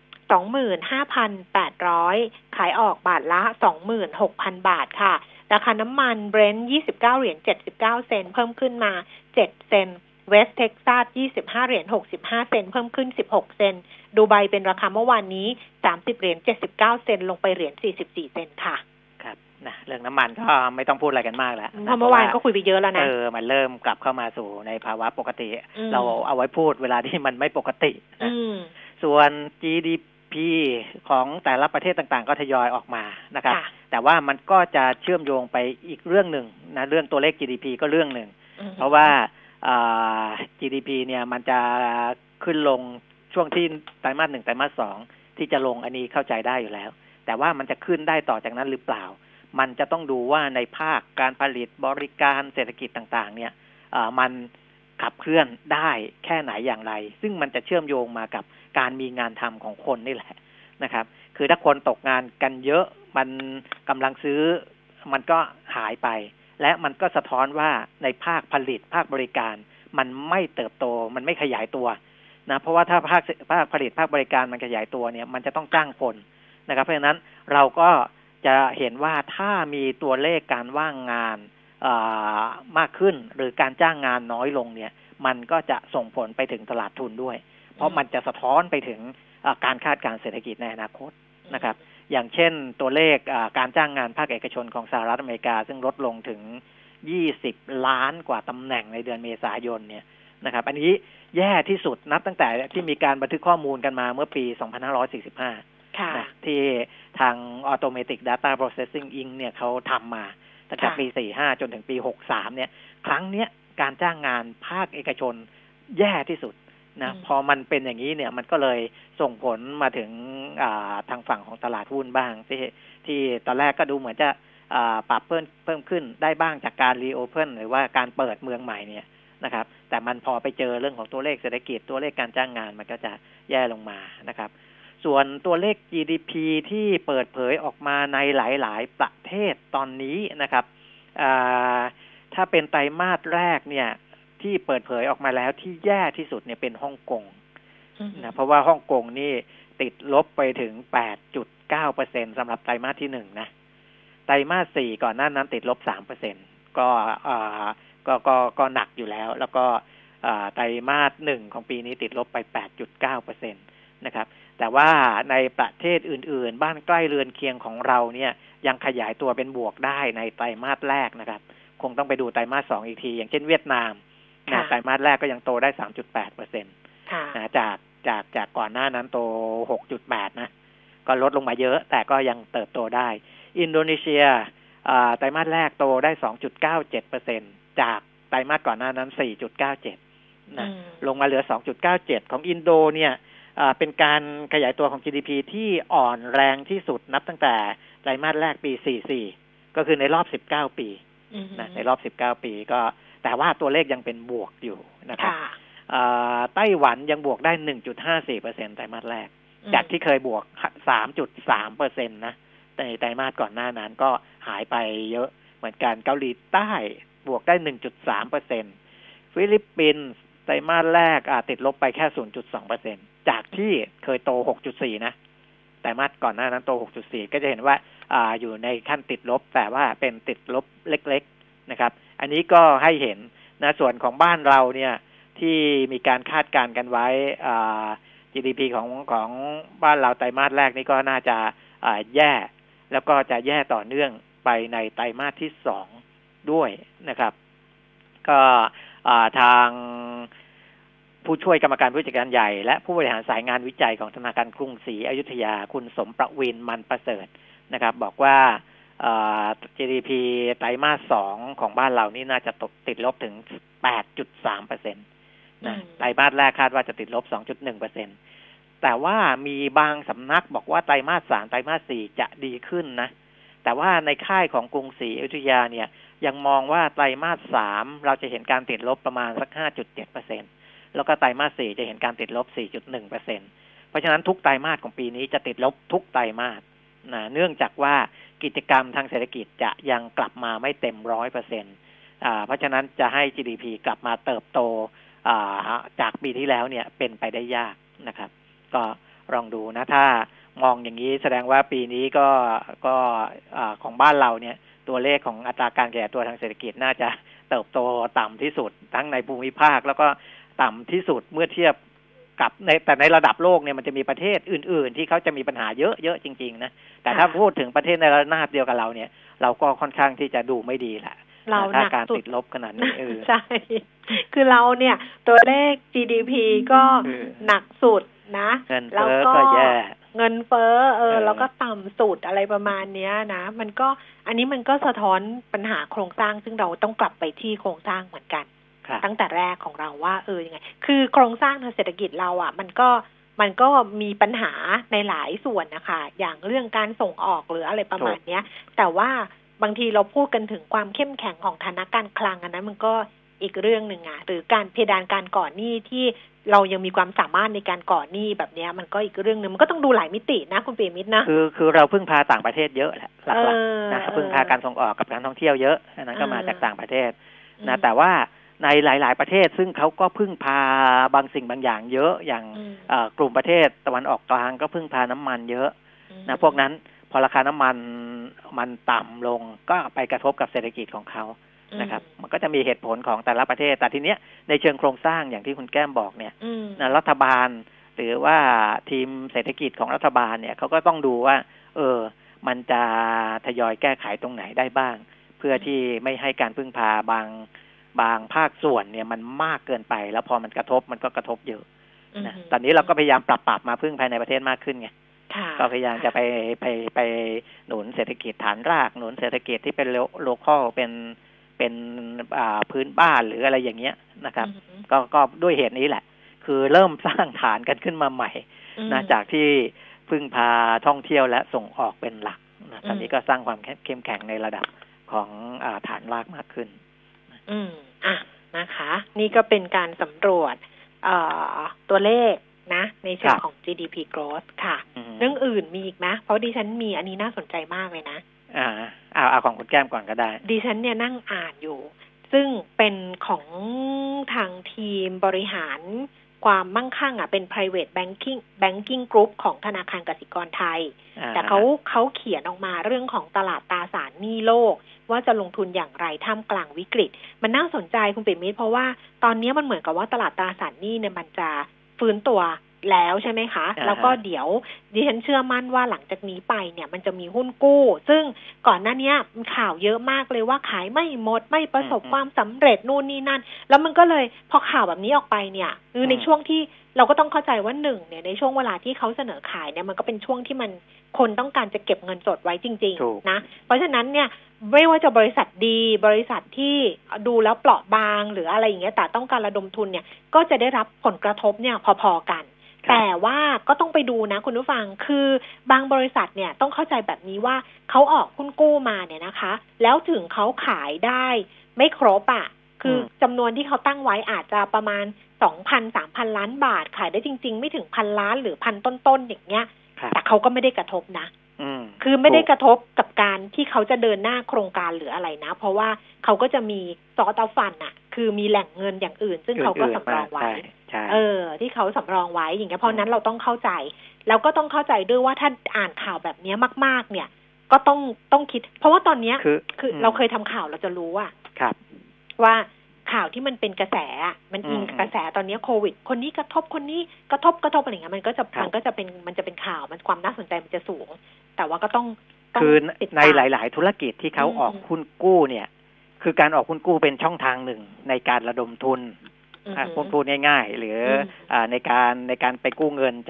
Speaker 3: 25,800 ขายออกบาทละ 26,000 บาทค่ะราคาน้ำมันเบรนท์29.79 เซนต์เพิ่มขึ้นมา7 เซนต์เวสต์เท็กซัส25.65 เซนต์เพิ่มขึ้น16 เซนต์ดูไบเป็นราคาเมื่อวานนี้30.79 เซนต์ลงไป44 เซนต์ค่ะ
Speaker 4: ครับนะเรื่องน้ำมันก็ไม่ต้องพูดอะไรกันมากแล้ว
Speaker 3: เพราะเมื่อวานก็คุยไปเยอะแล้วนะ
Speaker 4: มันเริ่มกลับเข้ามาสู่ในภาวะปกติเราเอาไว้พูดเวลาที่มันไม่ปกตินะส่วน GDP ของแต่ละประเทศต่างๆก็ทยอยออกมานะครับแต่ว่ามันก็จะเชื่อมโยงไปอีกเรื่องหนึ่งนะเรื่องตัวเลข GDP ก็เรื่องหนึ่งเพราะว่าGDP เนี่ยมันจะขึ้นลงช่วงที่ไตรมาส 1 ไตรมาส 2ที่จะลงอันนี้เข้าใจได้อยู่แล้วแต่ว่ามันจะขึ้นได้ต่อจากนั้นหรือเปล่ามันจะต้องดูว่าในภาคการผลิตบริการเศรษฐกิจต่างๆเนี่ยมันขับเคลื่อนได้แค่ไหนอย่างไรซึ่งมันจะเชื่อมโยงมากับการมีงานทำของคนนี่แหละนะครับคือถ้าคนตกงานกันเยอะมันกำลังซื้อมันก็หายไปและมันก็สะท้อนว่าในภาคผลิตภาคบริการมันไม่เติบโตมันไม่ขยายตัวนะเพราะว่าถ้าภาคผลิตภาคบริการมันขยายตัวเนี่ยมันจะต้องจ้างคนนะครับเพราะฉะนั้นเราก็จะเห็นว่าถ้ามีตัวเลขการว่างงานมากขึ้นหรือการจ้างงานน้อยลงเนี่ยมันก็จะส่งผลไปถึงตลาดทุนด้วยเพราะมันจะสะท้อนไปถึงการคาดการณ์เศรษฐกิจในอนาคตนะครับอย่างเช่นตัวเลขการจ้างงานภาคเอกชนของสหรัฐอเมริกาซึ่งลดลงถึง20 ล้านกว่าตำแหน่งในเดือนเมษายนเนี่ยนะครับอันนี้แย่ที่สุดนับตั้งแต่ที่มีการบันทึกข้อมูลกันมาเมื่อปี 2545นะที่ทาง Automatic Data Processing Inc. เนี่ยเขาทำมาตั้งแต่ปี 45 จนถึงปี 63 เนี่ยครั้งเนี้ยการจ้างงานภาคเอกชนแย่ที่สุดนะพอมันเป็นอย่างนี้เนี่ยมันก็เลยส่งผลมาถึงทางฝั่งของตลาดหุ้นบ้างที่ตอนแรกก็ดูเหมือนจะปรับเพิ่มขึ้นได้บ้างจากการรีโอเพ่นหรือว่าการเปิดเมืองใหม่เนี่ยนะครับแต่มันพอไปเจอเรื่องของตัวเลขเศรษฐกิจตัวเลขการจ้างงานมันก็จะแย่ลงมานะครับส่วนตัวเลข GDP ที่เปิดเผยออกมาในหลายๆประเทศตอนนี้นะครับถ้าเป็นไตรมาสแรกเนี่ยที่เปิดเผยออกมาแล้วที่แย่ที่สุดเนี่ยเป็นฮ่องกงนะเพราะว่าฮ่องกงนี่ติดลบไปถึง 8.9% สำหรับไตรมาสที่1นะไตรมาส4ก่อนหน้านั้นติดลบ 3% ก็หนักอยู่แล้วก็ไตรมาส1ของปีนี้ติดลบไป 8.9% นะครับแต่ว่าในประเทศอื่นๆบ้านใกล้เรือนเคียงของเราเนี่ยยังขยายตัวเป็นบวกได้ในไตรมาสแรกนะครับคงต้องไปดูไตรมาส2อีกทีอย่างเช่นเวียดนามนะไตรมาสแรกก็ยังโตได้ 3.8% นะจากก่อนหน้านั้นโต 6.8 นะก็ลดลงมาเยอะแต่ก็ยังเติบโตได้อินโดนีเซียไตรมาสแรกโตได้ 2.97% จากไตรมาสก่อนหน้านั้น 4.97 นะลงมาเหลือ 2.97 ของอินโดเนี่ยเป็นการขยายตัวของ GDP ที่อ่อนแรงที่สุดนับตั้งแต่ไตรมาสแรกปี 44 ก็คือในรอบ19 ปีนะในรอบ19 ปีก็แต่ว่าตัวเลขยังเป็นบวกอยู่นะครับไต้หวันยังบวกได้ 1.54% ไตรมาสแรกจากที่เคยบวก 3.3% นะในไตรมาสก่อนหน้านั้นก็หายไปเยอะเหมือนกันเกาหลีใต้บวกได้ 1.3% ฟิลิปปินส์ไตรมาสแรกติดลบไปแค่ 0.2% จากที่เคยโต 6.4 นะไตรมาสก่อนหน้านั้นโต 6.4 ก็จะเห็นว่าอยู่ในขั้นติดลบแต่ว่าเป็นติดลบเล็กๆนะครับอันนี้ก็ให้เห็นนะส่วนของบ้านเราเนี่ยที่มีการคาดการณ์กันไว้ GDP ของบ้านเราไตรมาสแรกนี่ก็น่าจะแย่แล้วก็จะแย่ต่อเนื่องไปในไตรมาสที่2ด้วยนะครับก็ทางผู้ช่วยกรรมการผู้จัดการใหญ่และผู้บริหารสายงานวิจัยของธนาคารกรุงศรีอยุธยาคุณสมประวินมันประเสริฐนะครับบอกว่า GDP ไตรมาส2ของบ้านเรานี่น่าจะติดลบถึง 8.3% นะไตรมาสแรกคาดว่าจะติดลบ 2.1% แต่ว่ามีบางสำนักบอกว่าไตรมาส3ไตรมาส4จะดีขึ้นนะแต่ว่าในค่ายของกรุงศรีอยุธยาเนี่ยยังมองว่าไตรมาส3เราจะเห็นการติดลบประมาณสัก 5.7% แล้วก็ไตรมาส4จะเห็นการติดลบ 4.1% เพราะฉะนั้นทุกไตรมาสของปีนี้จะติดลบทุกไตรมาสนะเนื่องจากว่ากิจกรรมทางเศรษฐกิจจะยังกลับมาไม่เต็ม 100%เพราะฉะนั้นจะให้ GDP กลับมาเติบโตจากปีที่แล้วเนี่ยเป็นไปได้ยากนะครับก็ลองดูนะถ้ามองอย่างนี้แสดงว่าปีนี้ก็ของบ้านเราเนี่ยตัวเลขของอัตราการขยายตัวทางเศรษฐกิจน่าจะเติบโตต่ำที่สุดทั้งในภูมิภาคแล้วก็ต่ำที่สุดเมื่อเทียบกับแต่ในระดับโลกเนี่ยมันจะมีประเทศอื่นๆที่เขาจะมีปัญหาเยอะๆจริงๆนะแต่ถ้าพูดถึงประเทศในระนาบเดียวกับเราเนี่ยเราก็ค่อนข้างที่จะดูไม่ดีแหละ
Speaker 3: เราหนัก
Speaker 4: การติดลบขนาดนี้
Speaker 3: ใช่คือเราเนี่ยตัวเลข GDP ก็หนักสุดนะ
Speaker 4: แล้วก็แย่
Speaker 3: เงินเฟ้อแล้วก็ต่ำสุดอะไรประมาณนี้นะมันก็อันนี้มันก็สะท้อนปัญหาโครงสร้างซึ่งเราต้องกลับไปที่โครงสร้างเหมือนกันตั้งแต่แรกของเราว่ายังไงคือโครงสร้างทางเศรษฐกิจเราอ่ะมันก็มีปัญหาในหลายส่วนนะคะอย่างเรื่องการส่งออกหรืออะไรประมาณนี้แต่ว่าบางทีเราพูดกันถึงความเข้มแข็งของฐานะการคลังอันนั้นมันก็อีกเรื่องหนึ่งหรือการเพดานการก่อหนี้ที่เรายังมีความสามารถในการก่อหนี้แบบนี้มันก็อีกเรื่องนึงมันก็ต้องดูหลายมิตินะคุณปิยมิตรนะ
Speaker 4: คือเราพึ่งพาต่างประเทศเยอะแหละหลักๆนะพึ่งพาการส่งออกกับการท่องเที่ยวเยอะอันนั้นก็มาจากต่างประเทศนะแต่ว่าในหลายๆประเทศซึ่งเขาก็พึ่งพาบางสิ่งบางอย่างเยอะอย่างกลุ่มประเทศตะวันออกกลางก็พึ่งพาน้ำมันเยอะนะพวกนั้นพอราคาน้ำมันต่ำลงก็ไปกระทบกับเศรษฐกิจของเขานะครับมันก็จะมีเหตุผลของแต่ละประเทศแต่ทีเนี้ยในเชิงโครงสร้างอย่างที่คุณแก้มบอกเนี่ยรัฐบาลหรือว่าทีมเศรษฐกิจของรัฐบาลเนี่ยเขาก็ต้องดูว่ามันจะทยอยแก้ไขตรงไหนได้บ้างเพื่อที่ไม่ให้การพึ่งพาบางภาคส่วนเนี่ยมันมากเกินไปแล้วพอมันกระทบมันก็กระทบเยอะนะตอนนี้เราก็พยายามปรับมาพึ่งภายในประเทศมากขึ้นไงก็พยายามจะไปหนุนเศรษฐกิจฐานรากหนุนเศรษฐกิจที่เป็นโลคอลเป็นพื้นบ้านหรืออะไรอย่างเงี้ยนะครับก็ด้วยเหตุนี้แหละคือเริ่มสร้างฐานกันขึ้นมาใหม่นะจากที่พึ่งพาท่องเที่ยวและส่งออกเป็นหลักนะตอนนี้ก็สร้างความเข้มแข็งในระดับของฐานรากมากขึ้น
Speaker 3: นะคะนี่ก็เป็นการสำรวจตัวเลขนะในเชิงของ GDP growth ค่ะเรื่องอื่นมีอีกไหมเพราะดิฉันมีอันนี้น่าสนใจมากเลยนะ
Speaker 4: เอาของคุณแก้มก่อนก็ได้
Speaker 3: ดิฉันเนี่ยนั่งอ่านอยู่ซึ่งเป็นของทางทีมบริหารความมั่งคั่งเป็น private banking group ของธนาคารกสิกรไทยแต่เขาเขียนออกมาเรื่องของตลาดตราสารหนี้โลกว่าจะลงทุนอย่างไรท่ามกลางวิกฤตมันน่าสนใจคุณปิ่มมิตรเพราะว่าตอนนี้มันเหมือนกับว่าตลาดตราสารหนี้เนี่ยมันจะฟื้นตัวแล้วใช่ไหมคะแล้วก็เดี๋ยวดิฉันเชื่อมั่นว่าหลังจากนี้ไปเนี่ยมันจะมีหุ้นกู้ซึ่งก่อนหน้านี้ข่าวเยอะมากเลยว่าขายไม่หมดไม่ประสบความสำเร็จนู่นนี่นั่นแล้วมันก็เลยพอข่าวแบบนี้ออกไปเนี่ยคือในช่วงที่เราก็ต้องเข้าใจว่าหนึ่งเนี่ยในช่วงเวลาที่เขาเสนอขายเนี่ยมันก็เป็นช่วงที่มันคนต้องการจะเก็บเงินสดไว้จริงๆนะเพราะฉะนั้นเนี่ยไม่ว่าจะบริษัทดีบริษัทที่ดูแล้วเปราะบางหรืออะไรอย่างเงี้ยแต่ต้องการระดมทุนเนี่ยก็จะได้รับผลกระทบเนี่ยพอๆกันแต่ว่าก็ต้องไปดูนะคุณผู้ฟังคือบางบริษัทเนี่ยต้องเข้าใจแบบนี้ว่าเขาออกหุ้นกู้มาเนี่ยนะคะแล้วถึงเขาขายได้ไม่ครบคือจำนวนที่เขาตั้งไว้อาจจะประมาณ 2,000-3,000 ล้านบาทขายได้จริงๆไม่ถึง1,000 ล้านหรือพันต้นๆอย่างเงี้ยแต่เขาก็ไม่ได้กระทบนะคือไม่ได้กระทบกับการที่เขาจะเดินหน้าโครงการหรืออะไรนะเพราะว่าเขาก็จะมีซอร์สอัฟฟันคือมีแหล่งเงินอย่างอื่นซึ่งเขาก็สำรองไว้ที่เขาสำรองไว้อย่างเงี้ยเพราะนั้นเราต้องเข้าใจแล้วก็ต้องเข้าใจด้วยว่าถ้าอ่านข่าวแบบนี้มากๆเนี่ยก็ต้องคิดเพราะว่าตอนนี้คือเราเคยทำข่าวเราจะรู้ว่าข่าวที่มันเป็นกระแสมันอิงกระแสตอนนี้โควิดคนนี้กระทบคนนี้กระทบอะไรอย่างเงี้ยมันจะเป็นข่าวมันความน่าสนใจมันจะสูงแต่ว่าก็ต้อง
Speaker 4: คือในหลายๆธุรกิจที่เขาออกหุ้นกู้เนี่ยคือการออกหุ้นกู้เป็นช่องทางหนึ่งในการระดมทุนพูดง่ายๆหรือในการไปกู้เงิน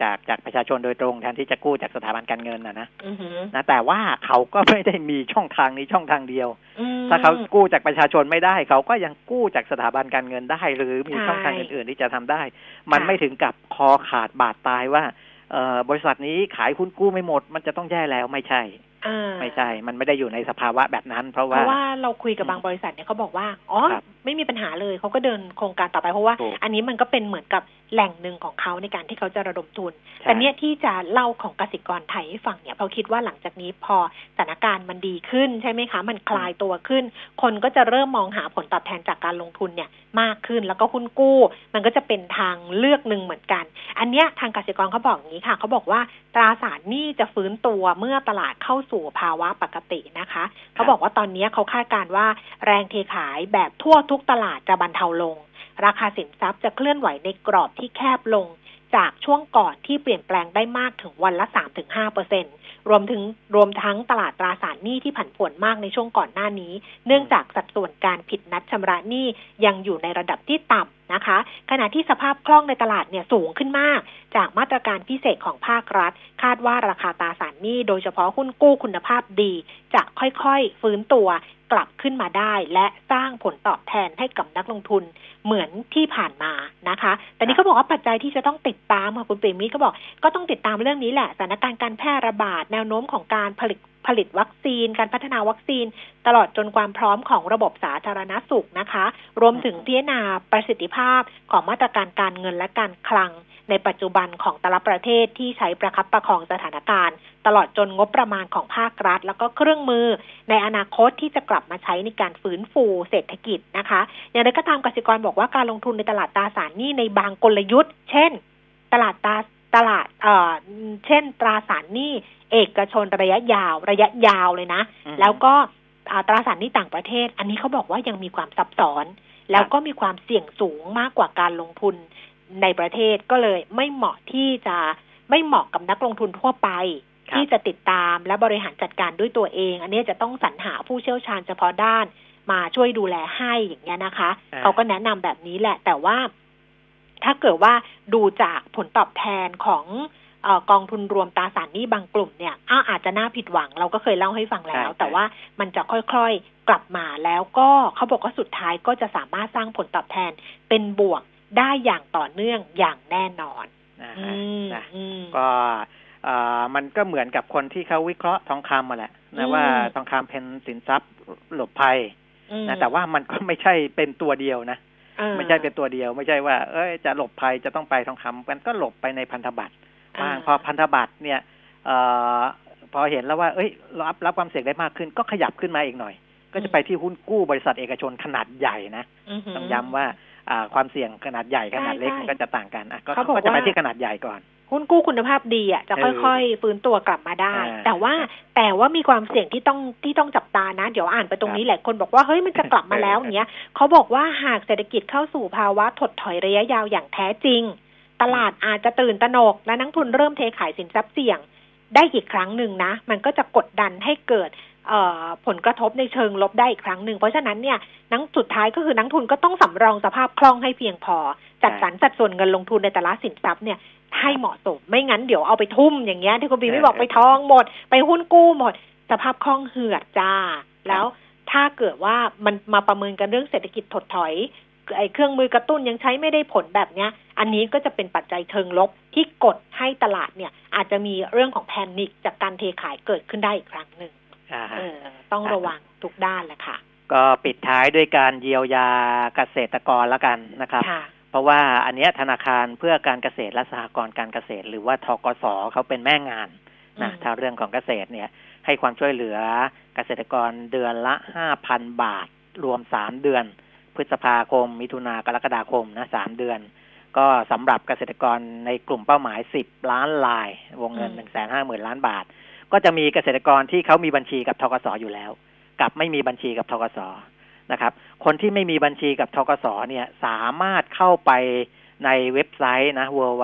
Speaker 4: จากประชาชนโดยตรงแทนที่จะกู้จากสถาบันการเงินนะแต่ว่าเขาก็ไม่ได้มีช่องทางนี้ช่องทางเดียวถ้าเขากู้จากประชาชนไม่ได้เขาก็ยังกู้จากสถาบันการเงินได้หรือมีช่องทางอื่นๆที่จะทำได้มันไม่ถึงกับคอขาดบาดตายว่าบริษัทนี้ขายหุ้นกู้ไม่หมดมันจะต้องแย่แล้วไม่ใช่ไม่ใช่มันไม่ได้อยู่ในสภาวะแบบนั้นเพราะว่า
Speaker 3: เราคุยกับบางบริษัทเนี่ยเขาบอกว่าอ๋อไม่มีปัญหาเลยเขาก็เดินโครงการต่อไปเพราะว่าอันนี้มันก็เป็นเหมือนกับแหล่งหนึ่งของเขาในการที่เขาจะระดมทุนแต่เนี่ยที่จะเล่าของกสิกรไทยให้ฟังเนี่ยเราคิดว่าหลังจากนี้พอสถานการณ์มันดีขึ้นใช่ไหมคะมันคลายตัวขึ้นคนก็จะเริ่มมองหาผลตอบแทนจากการลงทุนเนี่ยมากขึ้นแล้วก็หุ้นกู้มันก็จะเป็นทางเลือกหนึ่งเหมือนกันอันเนี้ยทางกสิกรเขาบอกอย่างนี้ค่ะเขาบอกว่าตราสารหนี้จะฟื้นตัวเมื่อตลาดเข้าสู่ภาวะปกตินะคะเขาบอกว่าตอนนี้เขาคาดการณ์ว่าแรงเทขายแบบทั่วทุกตลาดจะบรรเทาลงราคาสินทรัพย์จะเคลื่อนไหวในกรอบที่แคบลงจากช่วงก่อนที่เปลี่ยนแปลงได้มากถึงวันละ 3-5% รวมทั้งตลาดตราสารหนี้ที่ผันผวนมากในช่วงก่อนหน้านี้เนื่องจากสัดส่วนการผิดนัดชำระหนี้ยังอยู่ในระดับที่ต่ำนะคะขณะที่สภาพคล่องในตลาดเนี่ยสูงขึ้นมากจากมาตรการพิเศษของภาครัฐคาดว่าราคาตราสารหนี้โดยเฉพาะหุ้นกู้คุณภาพดีจะค่อยๆฟื้นตัวกลับขึ้นมาได้และสร้างผลตอบแทนให้กับนักลงทุนเหมือนที่ผ่านมานะคะแต่นี่เขาบอกว่าปัจจัยที่จะต้องติดตามค่ะคุณเปรมมิตรก็บอกก็ต้องติดตามเรื่องนี้แหละสถานการณ์การแพร่ระบาดแนวโน้มของการผลิตวัคซีนการพัฒนาวัคซีนตลอดจนความพร้อมของระบบสาธารณสุขนะคะรวมถึงพิจารณาประสิทธิภาพของมาตรการการเงินและการคลังในปัจจุบันของแต่ละประเทศที่ใช้ประคับประคองสถานการณ์ตลอดจนงบประมาณของภาครัฐแล้วก็เครื่องมือในอนาคตที่จะกลับมาใช้ในการฟื้นฟูเศรษฐกิจนะคะอย่างไรก็ตามกสิกรบอกว่าการลงทุนในตลาดตราสารหนี้ในบางกลยุทธ์เช่นตลาดเช่นตราสารหนี้เอกชนระยะยาวเลยนะแล้วก็ตราสารหนี้ต่างประเทศอันนี้เขาบอกว่ายังมีความซับซ้อนแล้วก็มีความเสี่ยงสูงมากกว่าการลงทุนในประเทศก็เลยไม่เหมาะกับนักลงทุนทั่วไปที่จะติดตามและบริหารจัดการด้วยตัวเองอันนี้จะต้องสรรหาผู้เชี่ยวชาญเฉพาะด้านมาช่วยดูแลให้อย่างเงี้ยนะคะเขาก็แนะนำแบบนี้แหละแต่ว่าถ้าเกิดว่าดูจากผลตอบแทนของกองทุนรวมตราสารหนี้บางกลุ่มเนี่ยอาจจะน่าผิดหวังเราก็เคยเล่าให้ฟังแล้วแต่ว่ามันจะค่อยๆกลับมาแล้วก็เขาบอกว่าสุดท้ายก็จะสามารถสร้างผลตอบแทนเป็นบวกได้อย่างต่อเนื่องอย่างแน่นอน
Speaker 4: ก็มันก็เหมือนกับคนที่เขาวิเคราะห์ทองคำมาแหละนะว่าทองคำเป็นสินทรัพย์หลบภัยนะแต่ว่ามันก็ไม่ใช่เป็นตัวเดียวนะไม่ใช่เป็นตัวเดียวไม่ใช่ว่าจะหลบภัยจะต้องไปทองคำมันก็หลบไปในพันธบัตรบ้างพอพันธบัตรเนี่ยพอเห็นแล้วว่ารับความเสี่ยงได้มากขึ้นก็ขยับขึ้นมาอีกหน่อยก็จะไปที่หุ้นกู้บริษัทเอกชนขนาดใหญ่นะต้องย้ำว่าความเสี่ยงขนาดใหญ่ขนาดเล็กก็จะต่างกันก็จะไปที่ขนาดใหญ่ก่อน
Speaker 3: หุ้นกู้คุณภาพดีจะค่อยๆฟื้นตัวกลับมาได้แต่ว่ามีความเสี่ยงที่ต้องจับตานะเดี๋ยวอ่านไปตรงนี้แหละคนบอกว่าเฮ้ยมันจะกลับมาแล้วอย่างเงี้ยเขาบอกว่าหากเศรษฐกิจเข้าสู่ภาวะถดถอยระยะยาวอย่างแท้จริงตลาดอาจจะตื่นตระหนกและนักทุนเริ่มเทขายสินทรัพย์เสี่ยงได้อีกครั้งหนึ่งนะมันก็จะกดดันให้เกิดผลกระทบในเชิงลบได้อีกครั้งหนึ่งเพราะฉะนั้นเนี่ยสุดท้ายก็คือนักทุนก็ต้องสำรองสภาพคล่องให้เพียงพอจัดสรรสัดส่วนเงินลงทุนในแต่ละสินทรัพย์เนี่ยให้เหมาะสมไม่งั้นเดี๋ยวเอาไปทุ่มอย่างเงี้ยที่คุณบีไม่บอกไปทองหมดไปหุ้นกู้หมดสภาพคล่องเหือดจ้าแล้วถ้าเกิดว่ามันมาประเมินกันเรื่องเศรษฐกิจถดถอยเครื่องมือกระตุ้นยังใช้ไม่ได้ผลแบบเนี้ยอันนี้ก็จะเป็นปัจจัยเชิงลบที่กดให้ตลาดเนี่ยอาจจะมีเรื่องของแพนิคจากการเทขายเกิดขึ้นได้อีกครั้งหนึ่งต้องระวังทุกด้านแหละค่ะ
Speaker 4: ก็ปิดท้ายด้วยการเยียวยาเกษตรกรแล้วกันนะครับเพราะว่าอันนี้ธนาคารเพื่อการเกษตรและสหกรณ์การเกษตรหรือว่าธกส.เขาเป็นแม่งานนะถ้าเรื่องของเกษตรเนี่ยให้ความช่วยเหลือเกษตรกรเดือนละ 5,000 บาทรวม3เดือนพฤษภาคมมิถุนากรกฎาคมนะ3เดือนก็สำหรับเกษตรกรในกลุ่มเป้าหมาย10ล้านรายวงเงิน 150,000 ล้านบาทก็จะมีเกษตรกรที่เขามีบัญชีกับธกส.อยู่แล้วกับไม่มีบัญชีกับธกส.นะครับคนที่ไม่มีบัญชีกับธกส.เนี่ยสามารถเข้าไปในเว็บไซต์นะ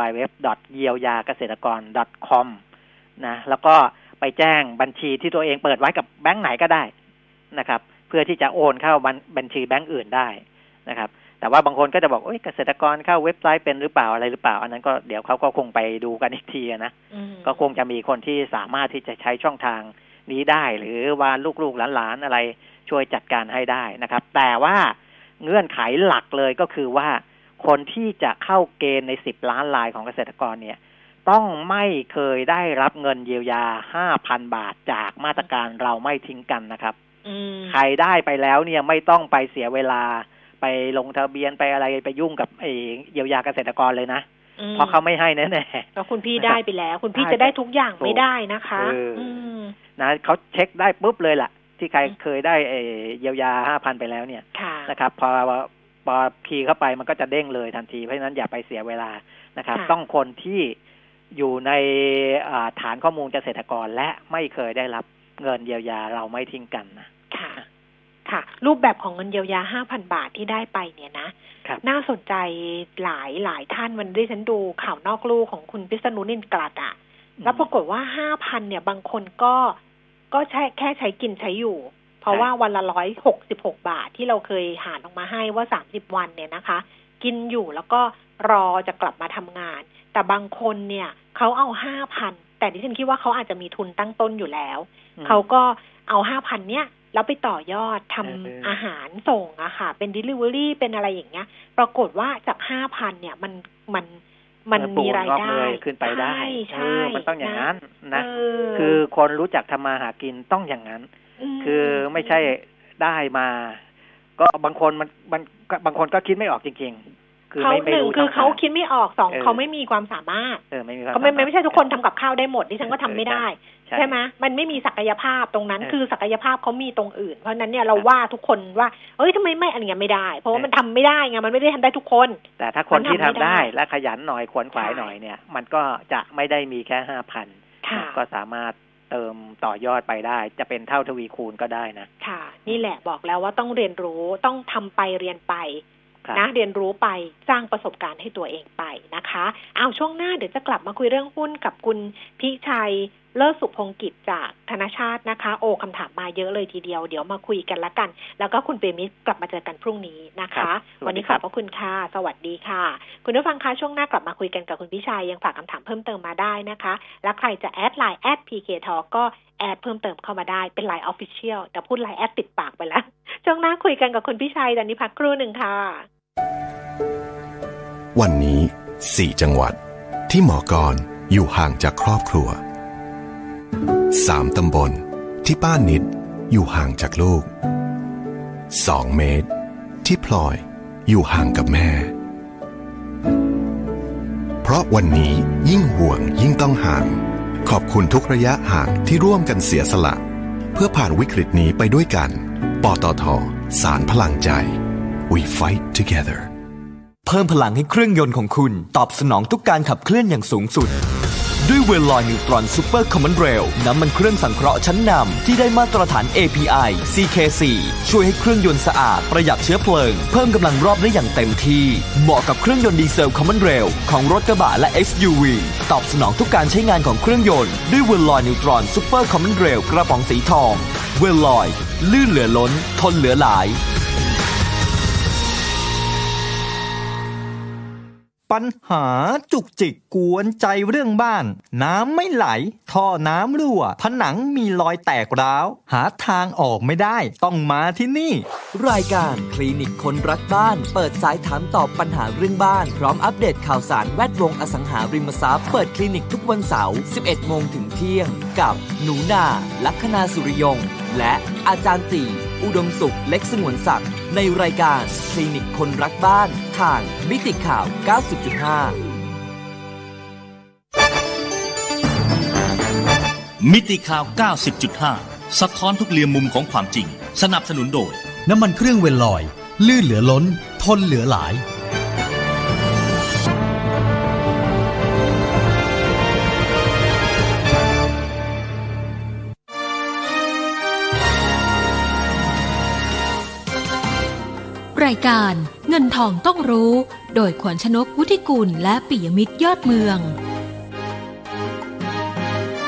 Speaker 4: www.yeoyagasetakor.com นะแล้วก็ไปแจ้งบัญชีที่ตัวเองเปิดไว้กับแบงค์ไหนก็ได้นะครับเพื่อที่จะโอนเข้าบัญชีแบงค์อื่นได้นะครับแต่ว่าบางคนก็จะบอกเกษตรกรเข้าเว็บไซต์เป็นหรือเปล่าอะไรหรือเปล่าอันนั้นก็เดี๋ยวเขาก็คงไปดูกันอีกทีนะก็คงจะมีคนที่สามารถที่จะใช้ช่องทางนี้ได้หรือว่าลูกๆหลานๆอะไรช่วยจัดการให้ได้นะครับแต่ว่าเงื่อนไขหลักเลยก็คือว่าคนที่จะเข้าเกณฑ์ใน10 ล้านรายของเกษตรกรเนี่ยต้องไม่เคยได้รับเงินเยียวยา 5,000 บาทจากมาตรการเราไม่ทิ้งกันนะครับใครได้ไปแล้วเนี่ยไม่ต้องไปเสียเวลาไปลงทะเบียนไปอะไรไปยุ่งกับเยียวยาเกษตรกรเลยนะเพราะเขาไม่ให้แน่ๆ
Speaker 3: แล้วคุณพี่ได้ไปแล้วคุณพี่จะได้ทุกอย่างไม่ได้นะคะ
Speaker 4: นะเขาเช็คได้ปุ๊บเลยล่ะที่ใครเคยได้เยียวยา 5,000 ไปแล้วเนี่ยนะครับพอพีเข้าไปมันก็จะเด้งเลยทันทีเพราะฉะนั้นอย่าไปเสียเวลานะครับต้องคนที่อยู่ในฐานข้อมูลเกษตรกรและไม่เคยได้รับเงินเยียวยาเราไม่ทิ้งกันนะ
Speaker 3: ค่ะรูปแบบของเงินเยียวยา 5,000 บาทที่ได้ไปเนี่ยนะน่าสนใจหลายท่านวันนี้ฉันดูข่าวนอกลู่ของคุณพิษณุนินกลัดอ่ะแล้วปรากฏว่า 5,000 เนี่ยบางคนก็ใช้แค่ใช้กินใช้อยู่เพราะว่าวันละ166 บาทที่เราเคยหารออกมาให้ว่า30 วันเนี่ยนะคะกินอยู่แล้วก็รอจะกลับมาทำงานแต่บางคนเนี่ยเขาเอา 5,000 แต่ดิฉันคิดว่าเขาอาจจะมีทุนตั้งต้นอยู่แล้วเขาก็เอา 5,000 เนี่ยแล้วไปต่อยอดทำอาหารส่งอะค่ะเป็น delivery เป็นอะไรอย่างเงี้ยปรากฏว่าจาก 5,000 เนี่ยมันมีรายได้
Speaker 4: ขึ้นไปได้ใช่มันต้องอย่างนั้นนะคือคนรู้จักทำมาหากินต้องอย่างนั้นคือไม่ใช่ได้มาก็บางคนบางคนก็คิดไม่ออกจริงๆคือไม่รู้
Speaker 3: คือเขาคิดไม่ออก2เขาไม่มีความสามารถเขาไม่ใช่ทุกคนทำกับข้าวได้หมดดิฉันก็ทำไม่ได้ใช่ไหมมันไม่มีศักยภาพตรงนั้นคือศักยภาพเขามีตรงอื่นเพราะนั้นเนี่ยเราว่าทุกคนว่าทำไมไม่อะไรเงี้ยไม่ได้เพราะว่ามันทำไม่ได้ไงมันไม่ได้ทำได้ทุกคน
Speaker 4: แต่ถ้าคนที่ทำได้และขยันหน่อยขวนขวายหน่อยเนี่ยมันก็จะไม่ได้มีแค่ 5,000 ก็สามารถเติมต่อยอดไปได้จะเป็นเท่าทวีคูณก็ได้นะ
Speaker 3: ค่ะนี่แหละบอกแล้วว่าต้องเรียนรู้ต้องทำไปเรียนไปนะเรียนรู้ไปสร้างประสบการณ์ให้ตัวเองไปนะคะช่วงหน้าเดี๋ยวจะกลับมาคุยเรื่องหุ้นกับคุณพิชัยเลิศสุพงกิจจากธนชาตินะคะคำถามมาเยอะเลยทีเดียวเดี๋ยวมาคุยกันละกันแล้วก็คุณเปรมิตรกลับมาเจอกันพรุ่งนี้นะคะวันนี้ขอบพระคุณค่ะสวัสดีค่ะคุณผู้ฟังคะช่วงหน้ากลับมาคุยกันกับคุณพิชัยยังฝากคำถามเพิ่มเติมมาได้นะคะและใครจะแอดไลน์ @PKTalk ก็แอดเพิ่มเติมเข้ามาได้เป็น LINE Official แต่พูด LINE แอดติดปากไปแล้วช่วงหน้าคุยกันกับคุณพิชัยตอนนี้พักครู่นึงค่ะ
Speaker 5: วันนี้4 จังหวัดที่หมอกรอยู่ห่างจากครอบครัว3 ตำบลที่ป้านิดอยู่ห่างจากลูก2 เมตรที่พลอยอยู่ห่างกับแม่เพราะวันนี้ยิ่งห่วงยิ่งต้องห่างขอบคุณทุกระยะห่างที่ร่วมกันเสียสละเพื่อผ่านวิกฤตนี้ไปด้วยกันปตท.สานพลังใจ We fight together
Speaker 6: เพิ่มพลังให้เครื่องยนต์ของคุณตอบสนองทุกการขับเคลื่อนอย่างสูงสุดด้วยเวลลอยนิวตรอนซูเปอร์คอมมอนเรลน้ำมันเครื่องสังเคราะห์ชั้นนำที่ได้มาตรฐาน API CK4 ช่วยให้เครื่องยนต์สะอาดประหยัดเชื้อเพลิงเพิ่มกำลังรอบได้อย่างเต็มที่เหมาะกับเครื่องยนต์ดีเซลคอมมอนเรลของรถกระบะและ SUV ตอบสนองทุกการใช้งานของเครื่องยนต์ด้วยเวลลอยนิวตรอนซูเปอร์คอมมอนเรลกระป๋องสีทองเวลลอยลื่นเหลือล้นทนเหลือหลาย
Speaker 7: ปัญหาจุกจิกกวนใจเรื่องบ้านน้ำไม่ไหลท่อน้ำรั่วผนังมีรอยแตกร้าวหาทางออกไม่ได้ต้องมาที่นี่
Speaker 6: รายการคลินิกคนรักบ้านเปิดสายถามตอบปัญหาเรื่องบ้านพร้อมอัปเดตข่าวสารแวดวงอสังหาริมทรัพย์เปิดคลินิกทุกวันเสาร์ 11 โมงถึงเที่ยงกับหนูนาลัคนาสุริยงและอาจารย์ตีอุดมสุขเล็กสงวนศักดิ์ในรายการคลินิกคนรักบ้านทางมิติข่าว 90.5
Speaker 8: มิติข่าว 90.5 สะท้อนทุกเหลี่ยมมุมของความจริงสนับสนุนโดย
Speaker 9: น้ำมันเครื่องเวลลอยลื่นเหลือล้นทนเหลือหลาย
Speaker 2: รายการเงินทองต้องรู้โดยขวัญชนกวุฒิกุลและปิยมิตรยอดเมือง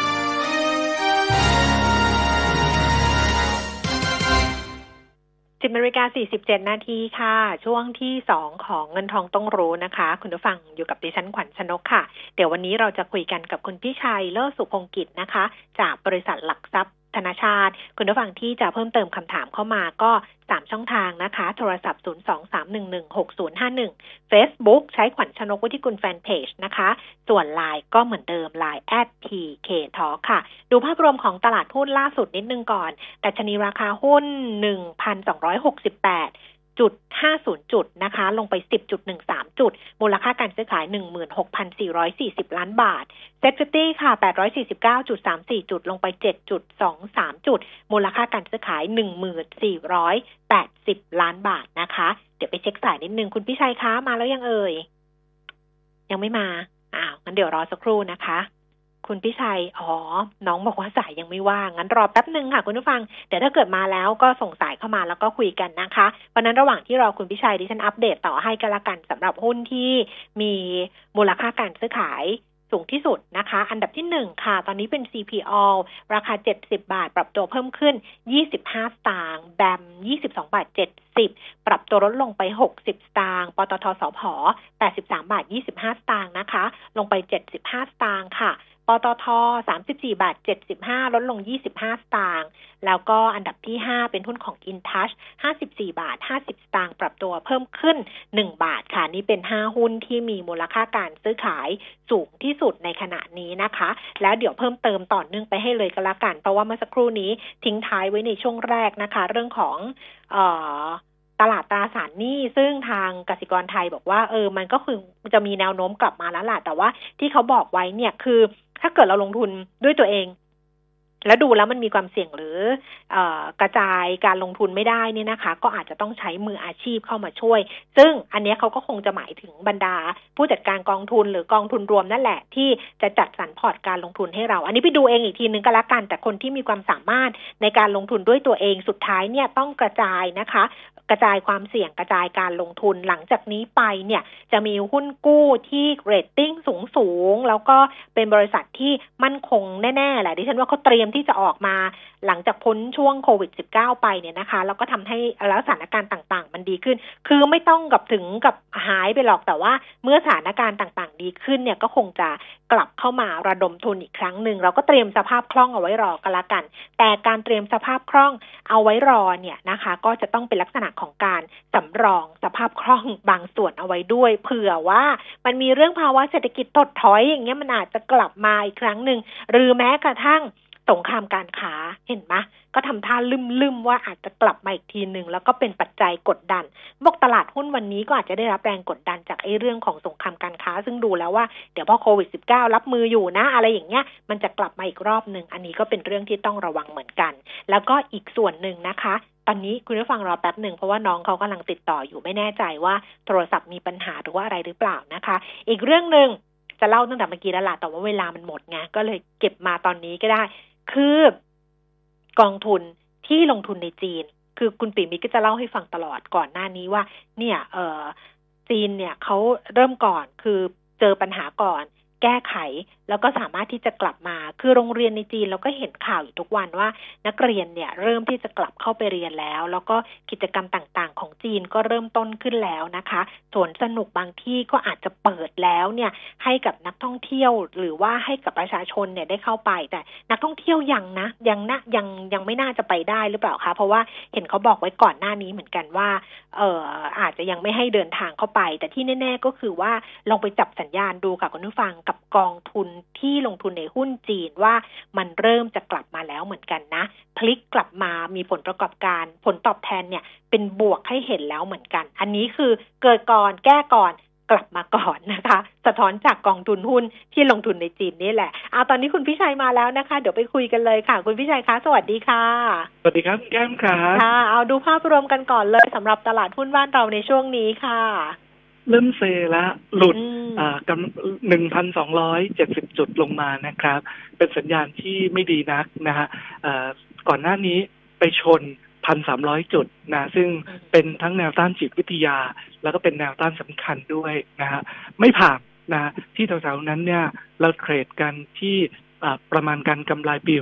Speaker 3: 11:33 10:47 นาทีค่ะช่วงที่2ของเงินทองต้องรู้นะคะคุณผู้ฟังอยู่กับดิฉันขวัญชนกค่ะเดี๋ยววันนี้เราจะคุยกันกับคุณพี่ชัยเลิศสุพงกิจนะคะจากบริษัทหลักทรัพย์ธนาชาติคุณผู้ฟังที่จะเพิ่มเติมคำถามเข้ามาก็3ช่องทางนะคะโทรศัพท์023116051 Facebook ใช้ขวัญชนกวุฒิกุลแฟนเพจนะคะส่วน LINE ก็เหมือนเดิม LINE @PKTalk ค่ะดูภาพรวมของตลาดหุ้นล่าสุดนิดนึงก่อนดัชนีราคาหุ้น 1,268.50 จุดนะคะลงไป 10.13 จุดมูลค่าการซื้อขาย 16,440 ล้านบาทเซ็ต50ค่ะ 849.34 จุดลงไป 7.23 จุดมูลค่าการซื้อขาย 1480 ล้านบาทนะคะเดี๋ยวไปเช็คสายนิดนึงคุณพี่ชัยคะมาแล้วยังเอ่ยยังไม่มางั้นเดี๋ยวรอสักครู่นะคะคุณพี่ชัยน้องบอกว่าสายยังไม่ว่างงั้นรอแป๊บนึงค่ะคุณผู้ฟังเดี๋ยวถ้าเกิดมาแล้วก็ส่งสายเข้ามาแล้วก็คุยกันนะคะเพราะนั้นระหว่างที่รอคุณพี่ชัยดิฉันอัปเดตต่อให้กันละกันสำหรับหุ้นที่มีมูลค่าการซื้อขายสูงที่สุดนะคะอันดับที่1ค่ะตอนนี้เป็น CPO ราคา70 บาทปรับตัวเพิ่มขึ้น25 สตางค์แบม22 บาท 70ปรับตัวลดลงไป60 สตางค์ปตทสผ83 บาท 25 สตางค์นะคะลงไป75 สตางค์ค่ะปตท34 บาท 75ลดลง25 สตางค์แล้วก็อันดับที่5เป็นหุ้นของ InTouch 54 บาท 50 สตางค์ปรับตัวเพิ่มขึ้น1 บาทค่ะนี่เป็น5หุ้นที่มีมูลค่าการซื้อขายสูงที่สุดในขณะนี้นะคะแล้วเดี๋ยวเพิ่มเติมต่อเนื่องไปให้เลยก็แล้วกันเพราะว่าเมื่อสักครู่นี้ทิ้งท้ายไว้ในช่วงแรกนะคะเรื่องของตลาดตราสารหนี้ซึ่งทางกสิกรไทยบอกว่ามันก็คือจะมีแนวโน้มกลับมาแล้วล่ะแต่ว่าที่เขาบอกไว้เนี่ยคือถ้าเกิดเราลงทุนด้วยตัวเองแล้วดูแล้วมันมีความเสี่ยงหรือกระจายการลงทุนไม่ได้เนี่ยนะคะก็อาจจะต้องใช้มืออาชีพเข้ามาช่วยซึ่งอันนี้เขาก็คงจะหมายถึงบรรดาผู้จัดการกองทุนหรือกองทุนรวมนั่นแหละที่จะจัดสรรพอร์ตการลงทุนให้เราอันนี้ไปดูเองอีกทีนึงก็แล้วกันแต่คนที่มีความสามารถในการลงทุนด้วยตัวเองสุดท้ายเนี่ยต้องกระจายนะคะกระจายความเสี่ยงกระจายการลงทุนหลังจากนี้ไปเนี่ยจะมีหุ้นกู้ที่เรตติ้งสูงแล้วก็เป็นบริษัทที่มั่นคงแน่ๆแหละดิฉันว่าเขาเตรียมที่จะออกมาหลังจากพ้นช่วงโควิด -19 ไปเนี่ยนะคะแล้วก็ทำให้สถานการณ์ต่างๆมันดีขึ้นคือไม่ต้องกับถึงกับหายไปหรอกแต่ว่าเมื่อสถานการณ์ต่างๆดีขึ้นเนี่ยก็คงจะกลับเข้ามาระดมทุนอีกครั้งหนึ่งเราก็เตรียมสภาพคล่องเอาไว้รอกันละกันแต่การเตรียมสภาพคล่องเอาไว้รอเนี่ยนะคะก็จะต้องเป็นลักษณะของการสำรองสภาพคล่องบางส่วนเอาไว้ด้วยเผื่อว่ามันมีเรื่องภาวะเศรษฐกิจถดถอยอย่างเงี้ยมันอาจจะกลับมาอีกครั้งหนึ่งหรือแม้กระทั่งสงครามการค้าเห็นไหมก็ทำท่าลืมว่าอาจจะกลับมาอีกทีหนึ่งแล้วก็เป็นปัจจัยกดดันบอกตลาดหุ้นวันนี้ก็อาจจะได้รับแรงกดดันจากเรื่องของสงครามการค้าซึ่งดูแล้วว่าเดี๋ยวพอโควิด -19 รับมืออยู่นะอะไรอย่างเงี้ยมันจะกลับมาอีกรอบนึงอันนี้ก็เป็นเรื่องที่ต้องระวังเหมือนกันแล้วก็อีกส่วนหนึ่งนะคะตอนนี้คุณผู้ฟังรอแป๊บหนึ่งเพราะว่าน้องเขากำลังติดต่ออยู่ไม่แน่ใจว่าโทรศัพท์มีปัญหาหรือว่าอะไรหรือเปล่านะคะอีกเรื่องนึงจะเล่าตั้งแต่เมื่อกี้แล้วล่ะแต่ว่าเวลามันหมดไงก็เลยเก็บมาตอนนี้ก็ได้คือกองทุนที่ลงทุนในจีนคือคุณปิ่มมิตรก็จะเล่าให้ฟังตลอดก่อนหน้านี้ว่าเนี่ยจีนเนี่ยเขาเริ่มก่อนคือเจอปัญหาก่อนแก้ไขแล้วก็สามารถที่จะกลับมาคือโรงเรียนในจีนเราก็เห็นข่าวอยู่ทุกวันว่านักเรียนเนี่ยเริ่มที่จะกลับเข้าไปเรียนแล้วแล้วก็กิจกรรมต่างๆของจีนก็เริ่มต้นขึ้นแล้วนะคะสวนสนุกบางที่ก็อาจจะเปิดแล้วเนี่ยให้กับนักท่องเที่ยวหรือว่าให้กับประชาชนเนี่ยได้เข้าไปแต่นักท่องเที่ยวยังไม่น่าจะไปได้หรือเปล่าคะเพราะว่าเห็นเขาบอกไว้ก่อนหน้านี้เหมือนกันว่าอาจจะยังไม่ให้เดินทางเข้าไปแต่ที่แน่ๆก็คือว่าลองไปจับสัญญาณดูค่ะคุณผู้ฟังกับกองทุนที่ลงทุนในหุ้นจีนว่ามันเริ่มจะกลับมาแล้วเหมือนกันนะพลิกกลับมามีผลประกอบการผลตอบแทนเนี่ยเป็นบวกให้เห็นแล้วเหมือนกันอันนี้คือเกิดก่อนแก้ก่อนกลับมาก่อนนะคะสะท้อนจากกองทุนหุ้นที่ลงทุนในจีนนี่แหละตอนนี้คุณพิชัยมาแล้วนะคะเดี๋ยวไปคุยกันเลยค่ะคุณพิชัยคะสวัสดีค่ะ
Speaker 10: สวัสดีครับแก้มครับ
Speaker 3: ค่ะเอาดูภาพรวมกันก่อนเลยสำหรับตลาดหุ้นบ้านเราในช่วงนี้ค่ะ
Speaker 10: เริ่มเซละหลุด1,270 จุดลงมานะครับเป็นสัญญาณที่ไม่ดีนักนะฮะก่อนหน้านี้ไปชน 1,300 จุดนะซึ่งเป็นทั้งแนวต้านจิตวิทยาแล้วก็เป็นแนวต้านสำคัญด้วยนะฮะไม่ผ่านนะที่แถวๆนั้นเนี่ยเราเทรดกันที่ประมาณการกำไรปี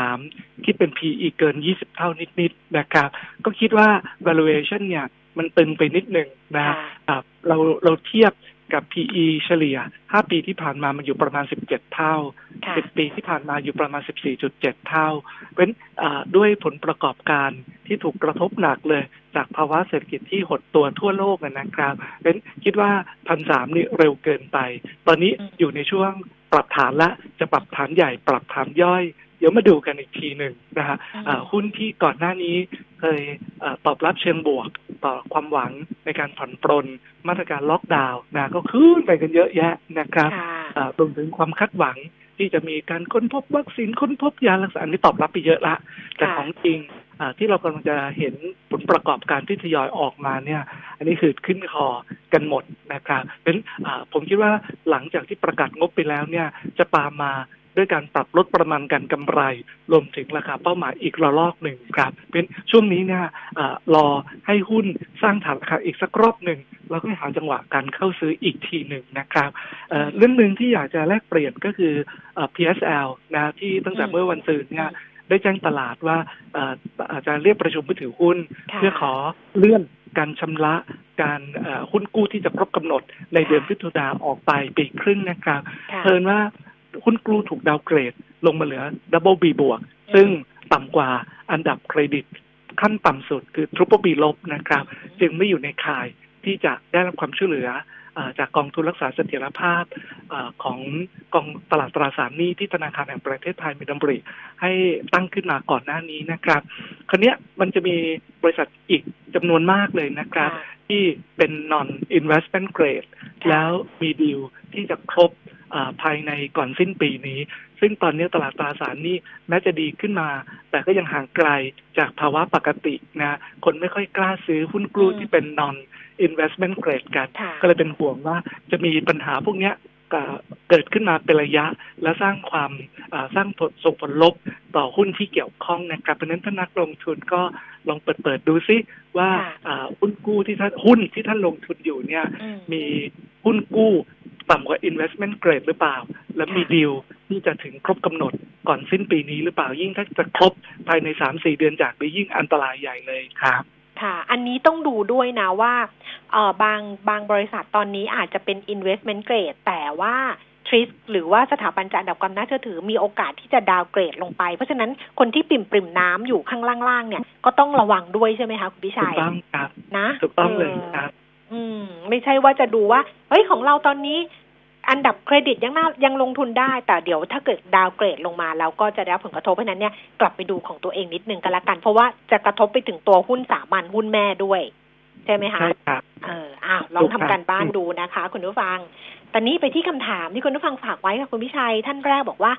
Speaker 10: 63คิดเป็น PE เกิน20เท่านิดๆนะครับก็คิดว่า valuation เนี่ยมันตึงไปนิดนึงนะเราเทียบกับ PE เฉลี่ย5ปีที่ผ่านมามันอยู่ประมาณ17เท่า10ปีที่ผ่านมาอยู่ประมาณ 14.7 เท่าเป็นด้วยผลประกอบการที่ถูกกระทบหนักเลยจากภาวะเศรษฐกิจที่หดตัวทั่วโลกนะครับเป็นคิดว่า 1,300 นี่เร็วเกินไปตอนนี้อยู่ในช่วงปรับฐานละจะปรับฐานใหญ่ปรับฐานย่อยเดี๋ยวมาดูกันอีกทีหนึ่งนะฮะหุ้นที่ก่อนหน้านี้เคยตอบรับเชิงบวกต่อความหวังในการผ่อนปรนมาตรการล็อกดาวน์นะก็ขึ้นไปกันเยอะแยะนะครับรวมถึงความคาดหวังที่จะมีการค้นพบวัคซีนค้นพบยารักษาอันนี้ตอบรับไปเยอะละแต่ของจริงที่เรากำลังจะเห็นผลประกอบการที่ทยอยออกมาเนี่ยอันนี้คือขึ้นคอกันหมดนะครับเป็นผมคิดว่าหลังจากที่ประกาศงบไปแล้วเนี่ยจะตามมาด้วยการปรับลดประมาณการกำไรรวมถึงราคาเป้าหมายอีกระลอกหนึ่งครับเป็นช่วงนี้เนี่ยรอให้หุ้นสร้างฐานราคาอีกสักรอบหนึ่งแล้วก็หาจังหวะการเข้าซื้ออีกทีหนึ่งนะครับเรื่องหนึ่งที่อยากจะแลกเปลี่ยนก็คือPSL นะที่ตั้งแต่เมื่อวันศุกร์เนี่ยได้แจ้งตลาดว่าอาจจะเรียกประชุมผู้ถือหุ้นเพื่อขอเลื่อนการชำระการหุ้นกู้ที่จะครบกำหนดในเดือนพฤศจิกายนออกไปปีครึ่งนะครับเพิ่นว่าหุ้นกู้ถูกดาวเกรดลงมาเหลือ Double B บวกซึ่งต่ำกว่าอันดับเครดิตขั้นต่ำสุดคือ Triple B ลบนะครับจึงไม่อยู่ในข่ายที่จะได้รับความช่วยเหลือจากกองทุนรักษาเสถียรภาพของกองตลาดตราสารหนี้ที่ธนาคารแห่งประเทศไทยมีดำริให้ตั้งขึ้นมาก่อนหน้านี้นะครับคราวนี้มันจะมีบริษัทอีกจำนวนมากเลยนะครับที่เป็น non investment grade แล้วมีดีลที่จะครบภายในก่อนสิ้นปีนี้ซึ่งตอนนี้ตลาดตราสารหนี้แม้จะดีขึ้นมาแต่ก็ยังห่างไกลจากภาวะปกตินะคนไม่ค่อยกล้าซื้อหุ้นกู้ที่เป็น non investment grade กันก็เลยเป็นห่วงว่าจะมีปัญหาพวกนี้เกิดขึ้นมาเป็นระยะและสร้างความส่งผลลบต่อหุ้นที่เกี่ยวข้องนะครับเพราะฉะนั้นถ้านักลงทุนก็ลองเปิดดูซิว่าหุ้นกู้ที่ท่านลงทุนอยู่เนี่ยมีหุ้นกู้ต่ำกว่า investment grade หรือเปล่าและมีดีลที่จะถึงครบกำหนดก่อนสิ้นปีนี้หรือเปล่ายิ่งถ้าจะครบภายใน 3-4 เดือนจากนี้ยิ่งอันตรายใหญ่เลยครับ
Speaker 3: ค่ะอันนี้ต้องดูด้วยนะว่าบางบริษัทตอนนี้อาจจะเป็น investment grade แต่ว่าทริสหรือว่าสถาบันจัดอันดับความน่าเชื่อถือมีโอกาสที่จะดาวเกรดลงไปเพราะฉะนั้นคนที่ปริ่มน้ำอยู่ข้างล่างๆเนี่ยก็ต้องระวังด้วยใช่ไหมคะคุณพิชัย
Speaker 10: ถูกต้องครับ
Speaker 3: นะ
Speaker 10: ถูกต้องเลยครับ
Speaker 3: ไม่ใช่ว่าจะดูว่าเฮ้ยของเราตอนนี้อันดับเครดิตยังลงทุนได้แต่เดี๋ยวถ้าเกิดดาวเกรดลงมาแล้วก็จะได้รับผลกระทบเพราะนั้นเนี่ยกลับไปดูของตัวเองนิดนึงกันละกันเพราะว่าจะกระทบไปถึงตัวหุ้นสามัญหุ้นแม่ด้วยใช่ไหมคะ
Speaker 10: ใช่ครับ
Speaker 3: ลองทำการบ้านดูนะคะคุณผู้ฟังตอนนี้ไปที่คำถามที่คุณผู้ฟังฝากไว้ค่ะคุณพิชัยท่านแรกบอกว่า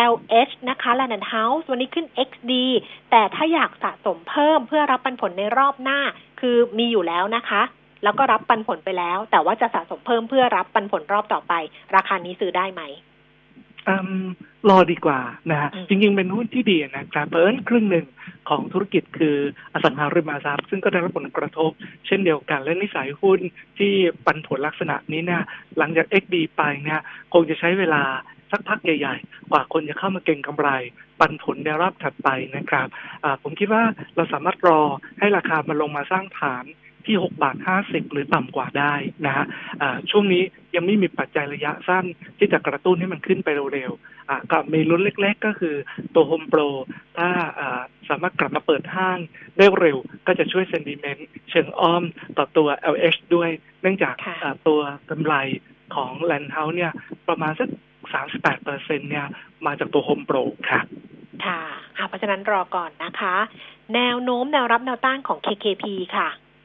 Speaker 3: LH นะคะ Land House วันนี้ขึ้น XD แต่ถ้าอยากสะสมเพิ่มเพื่อรับปันผลในรอบหน้าคือมีอยู่แล้วนะคะแล้วก็รับปันผลไปแล้วแต่ว่าจะสะสมเพิ่มเพื่อรับปันผลรอบต่อไปราคานี้ซื้อได้ไหม
Speaker 10: รอดีกว่านะฮะจริงๆเป็นหุ้นที่ดีนะครับเพราะครึ่งหนึ่งของธุรกิจคืออสังหาริมทรัพย์ซึ่งก็ได้รับผลกระทบเช่นเดียวกันและนิสัยหุ้นที่ปันผลลักษณะนี้เนี่ยหลังจาก XD ไปเนี่ยคงจะใช้เวลาสักพักใหญ่ๆกว่าคนจะเข้ามาเก็งกำไรปันผลในรอบถัดไปนะครับผมคิดว่าเราสามารถรอให้ราคามันลงมาสร้างฐานที่6.50 หรือต่ำกว่าได้นะฮะช่วงนี้ยังไม่มีปัจจัยระยะสั้นที่จะกระตุ้นให้มันขึ้นไปเร็วๆก็มีลุ้นเล็กๆก็คือตัว Home Pro ถ้าสามารถกลับมาเปิดห้างได้เร็วก็จะช่วยเซนติเมนต์เชิงอ้อมต่อตัว LH ด้วยเนื่องจากตัวกำไรของ Land House เนี่ยประมาณสัก 38% เนี่ยมาจากตัว Home Pro ครับ
Speaker 3: ค่ะเพราะฉะนั้นรอก่อนนะคะแนวโน้มแนวรับแนวต้านของ KKP ค่ะ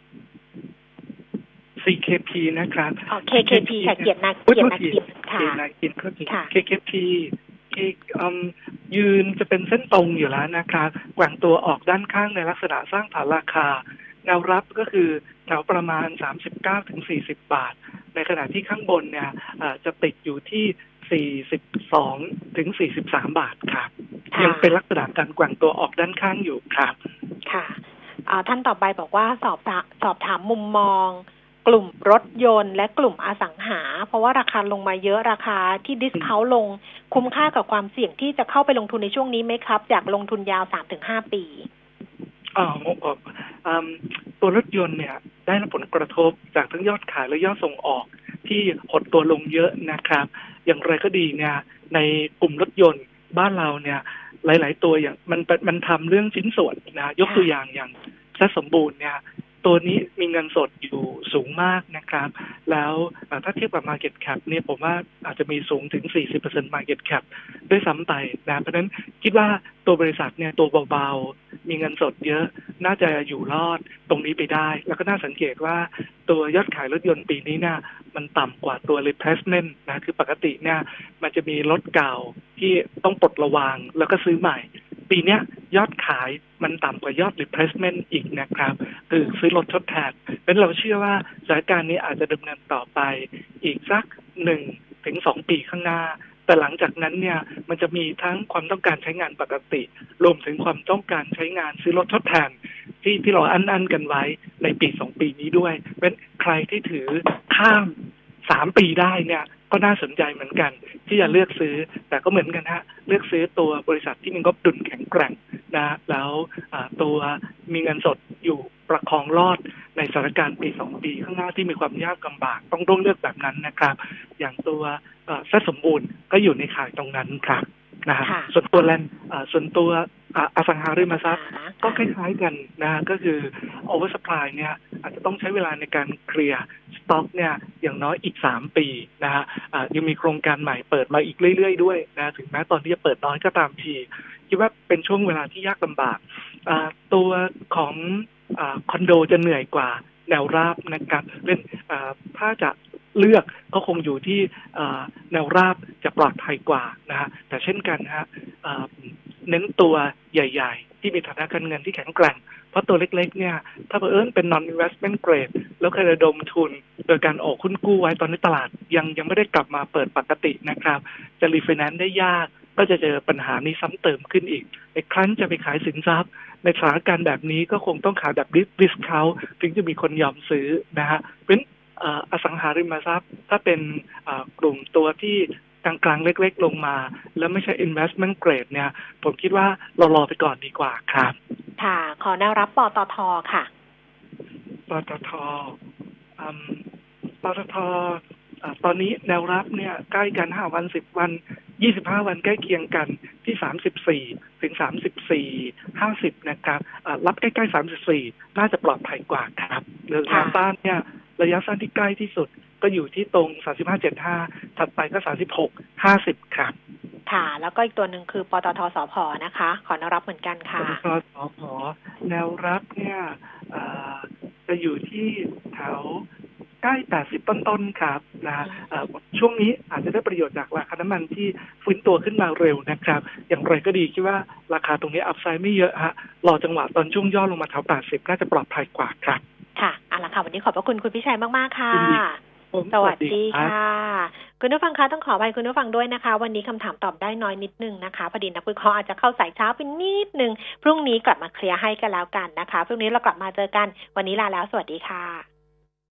Speaker 10: CKP นะครับ
Speaker 3: KKP ค่ะเกียรตินาคินค่ะ
Speaker 10: KKP ยืนจะเป็นเส้นตรงอยู่แล้วนะครับแกว่งตัวออกด้านข้างในลักษณะสร้างฐานราคาแนวรับก็คือแถวประมาณ 39-40 บาทในขณะที่ข้างบนเนี่ยจะติดอยู่ที่42-43 บาทครับยังเป็นลักษณะการแกว่งตัวออกด้านข้างอยู่ครับ
Speaker 3: ค่ะท่านต่อไปบอกว่าสอบถามมุมมองกลุ่มรถยนต์และกลุ่มอสังหาเพราะว่าราคาลงมาเยอะราคาที่ดิสเคาท์ลงคุ้มค่ากับความเสี่ยงที่จะเข้าไปลงทุนในช่วงนี้ไหมครับอยากลงทุนยาว 3-5 ปี
Speaker 10: ตัวรถยนต์เนี่ยได้รับผลกระทบจากทั้งยอดขายและยอดส่งออกที่หดตัวลงเยอะนะครับอย่างไรก็ดีเนี่ยในกลุ่มรถยนต์บ้านเราเนี่ยหลายๆตัวอย่างมันทำเรื่องชิ้นส่วนนะยกตัวอย่างแซสมบูรณ์เนี่ยตัวนี้มีเงินสดอยู่สูงมากนะครับแล้วถ้าเทียบกับ Market Cap เนี่ยผมว่าอาจจะมีสูงถึง 40% Market Cap ด้วยซ้ำไปนะเพราะฉะนั้นคิดว่าตัวบริษัทเนี่ยตัวเบาๆมีเงินสดเยอะน่าจะอยู่รอดตรงนี้ไปได้แล้วก็น่าสังเกตว่าตัวยอดขายรถยนต์ปีนี้เนี่ยมันต่ำกว่าตัว replacement นะคือปกติเนี่ยมันจะมีรถเก่าที่ต้องปลดระวางแล้วก็ซื้อใหม่ปีนี้ยอดขายมันต่ำกว่ายอด replacement อีกนะครับคือซื้อรถทดแทนเป็นเราเชื่อว่าสถานการณ์นี้อาจจะดำเนินต่อไปอีกสัก 1-2 ปีข้างหน้าแต่หลังจากนั้นเนี่ยมันจะมีทั้งความต้องการใช้งานปกติรวมถึงความต้องการใช้งานซื้อรถทดแทนที่เราอั้นกันไว้ในปี2ปีนี้ด้วยเป็นใครที่ถือข้าม3ปีได้เนี่ยก็น่าสนใจเหมือนกันที่จะเลือกซื้อแต่ก็เหมือนกันฮะเลือกซื้อตัวบริษัทที่มีงบดุลแข็งแกร่งนะแล้วตัวมีเงินสดอยู่ประคองรอดในสถานการณ์ปี2ปีข้างหน้าที่มีความยากลำบากต้องเลือกแบบนั้นนะครับอย่างตัวแซสมบูรณ์ก็อยู่ในข่ายตรงนั้นครับนะฮะส่วนตัวอสังหาริมทรัพย์ก็คล้ายๆกันนะก็คือ oversupply เนี่ยอาจจะต้องใช้เวลาในการเคลียร์สต็อกเนี่ยอย่างน้อยอีก3ปีนะฮะยังมีโครงการใหม่เปิดมาอีกเรื่อยๆด้วยนะถึงแม้ตอนที่จะเปิดน้อยก็ตามทีคิดว่าเป็นช่วงเวลาที่ยากลำบากตัวของคอนโดจะเหนื่อยกว่าแนวราบนะครับเป็นถ้าจะเลือกก็คงอยู่ที่แนวราบจะปลอดภัยกว่านะฮะแต่เช่นกันฮะเน้นตัวใหญ่ๆที่มีฐานะการเงินที่แข็งแกร่งเพราะตัวเล็กๆเนี่ยถ้าเป็น non investment grade แล้วเคยระดมทุนโดยการออกหุ้นกู้ไว้ตอนนี้ตลาดยังไม่ได้กลับมาเปิดปกตินะครับจะรีไฟแนนซ์ได้ยากก็จะเจอปัญหานี้ซ้ำเติมขึ้นอีกในครั้นจะไปขายสินทรัพย์ในสถานการณ์แบบนี้ก็คงต้องขายแบบดิสเคาท์ถึงจะมีคนยอมซื้อนะฮะเป็นอสังหาริมทรัพย์ถ้าเป็นกลุ่มตัวที่กลางๆเล็กๆลงมาแล้วไม่ใช่ investment grade เนี่ยผมคิดว่าเรารอไปก่อนดีกว่าครับ
Speaker 3: ค่ะขอแนวรับปตท.ค่ะ
Speaker 10: ปตท.ตอนนี้แนวรับเนี่ยใกล้กัน5วัน10วัน25วันใกล้เคียงกันที่34ถึง34.50นะครับรับใกล้ๆ34น่าจะปลอดภัยกว่าครับระยะสั้นเนี่ยระยะสั้นที่ใกล้ที่สุดก็อยู่ที่ตรง 35.75 ถัดไปก็ 36.50 ครับ
Speaker 3: ค่ะแล้วก็อีกตัวหนึ่งคือปตท.สผ.นะคะขอแนวรับเหมือนกันค่ะ
Speaker 10: ปตท.สผ.แนวรับเนี่ยจะอยู่ที่แถวใกล้80ต้นๆครับนะช่วงนี้อาจจะได้ประโยชน์จากราคาน้ำมันที่ฟื้นตัวขึ้นมาเร็วนะครับอย่างไรก็ดีคิดว่าราคาตรงนี้อัพไซด์ไม่เยอะฮะรอจังหวะตอนช่วงย่อลงมาแถว80น่าจะปลอดภัยกว่าครับ
Speaker 3: ค่ะเอาล่ะค่ะวันนี้ขอบพระคุณคุณพิชัยมากๆค่ะสวัสดีค่ะคุณผู้ฟังคะต้องขออภัยคุณผู้ฟังด้วยนะคะวันนี้คำถามตอบได้น้อยนิดนึงนะคะพอดีนักวิเคราะห์อาจจะเข้าสายช้าไปนิดนึงพรุ่งนี้กลับมาเคลียร์ให้กันแล้วกันนะคะพรุ่งนี้เรากลับมาเจอกันวันนี้ลาแล้วสวัสดีค่ะ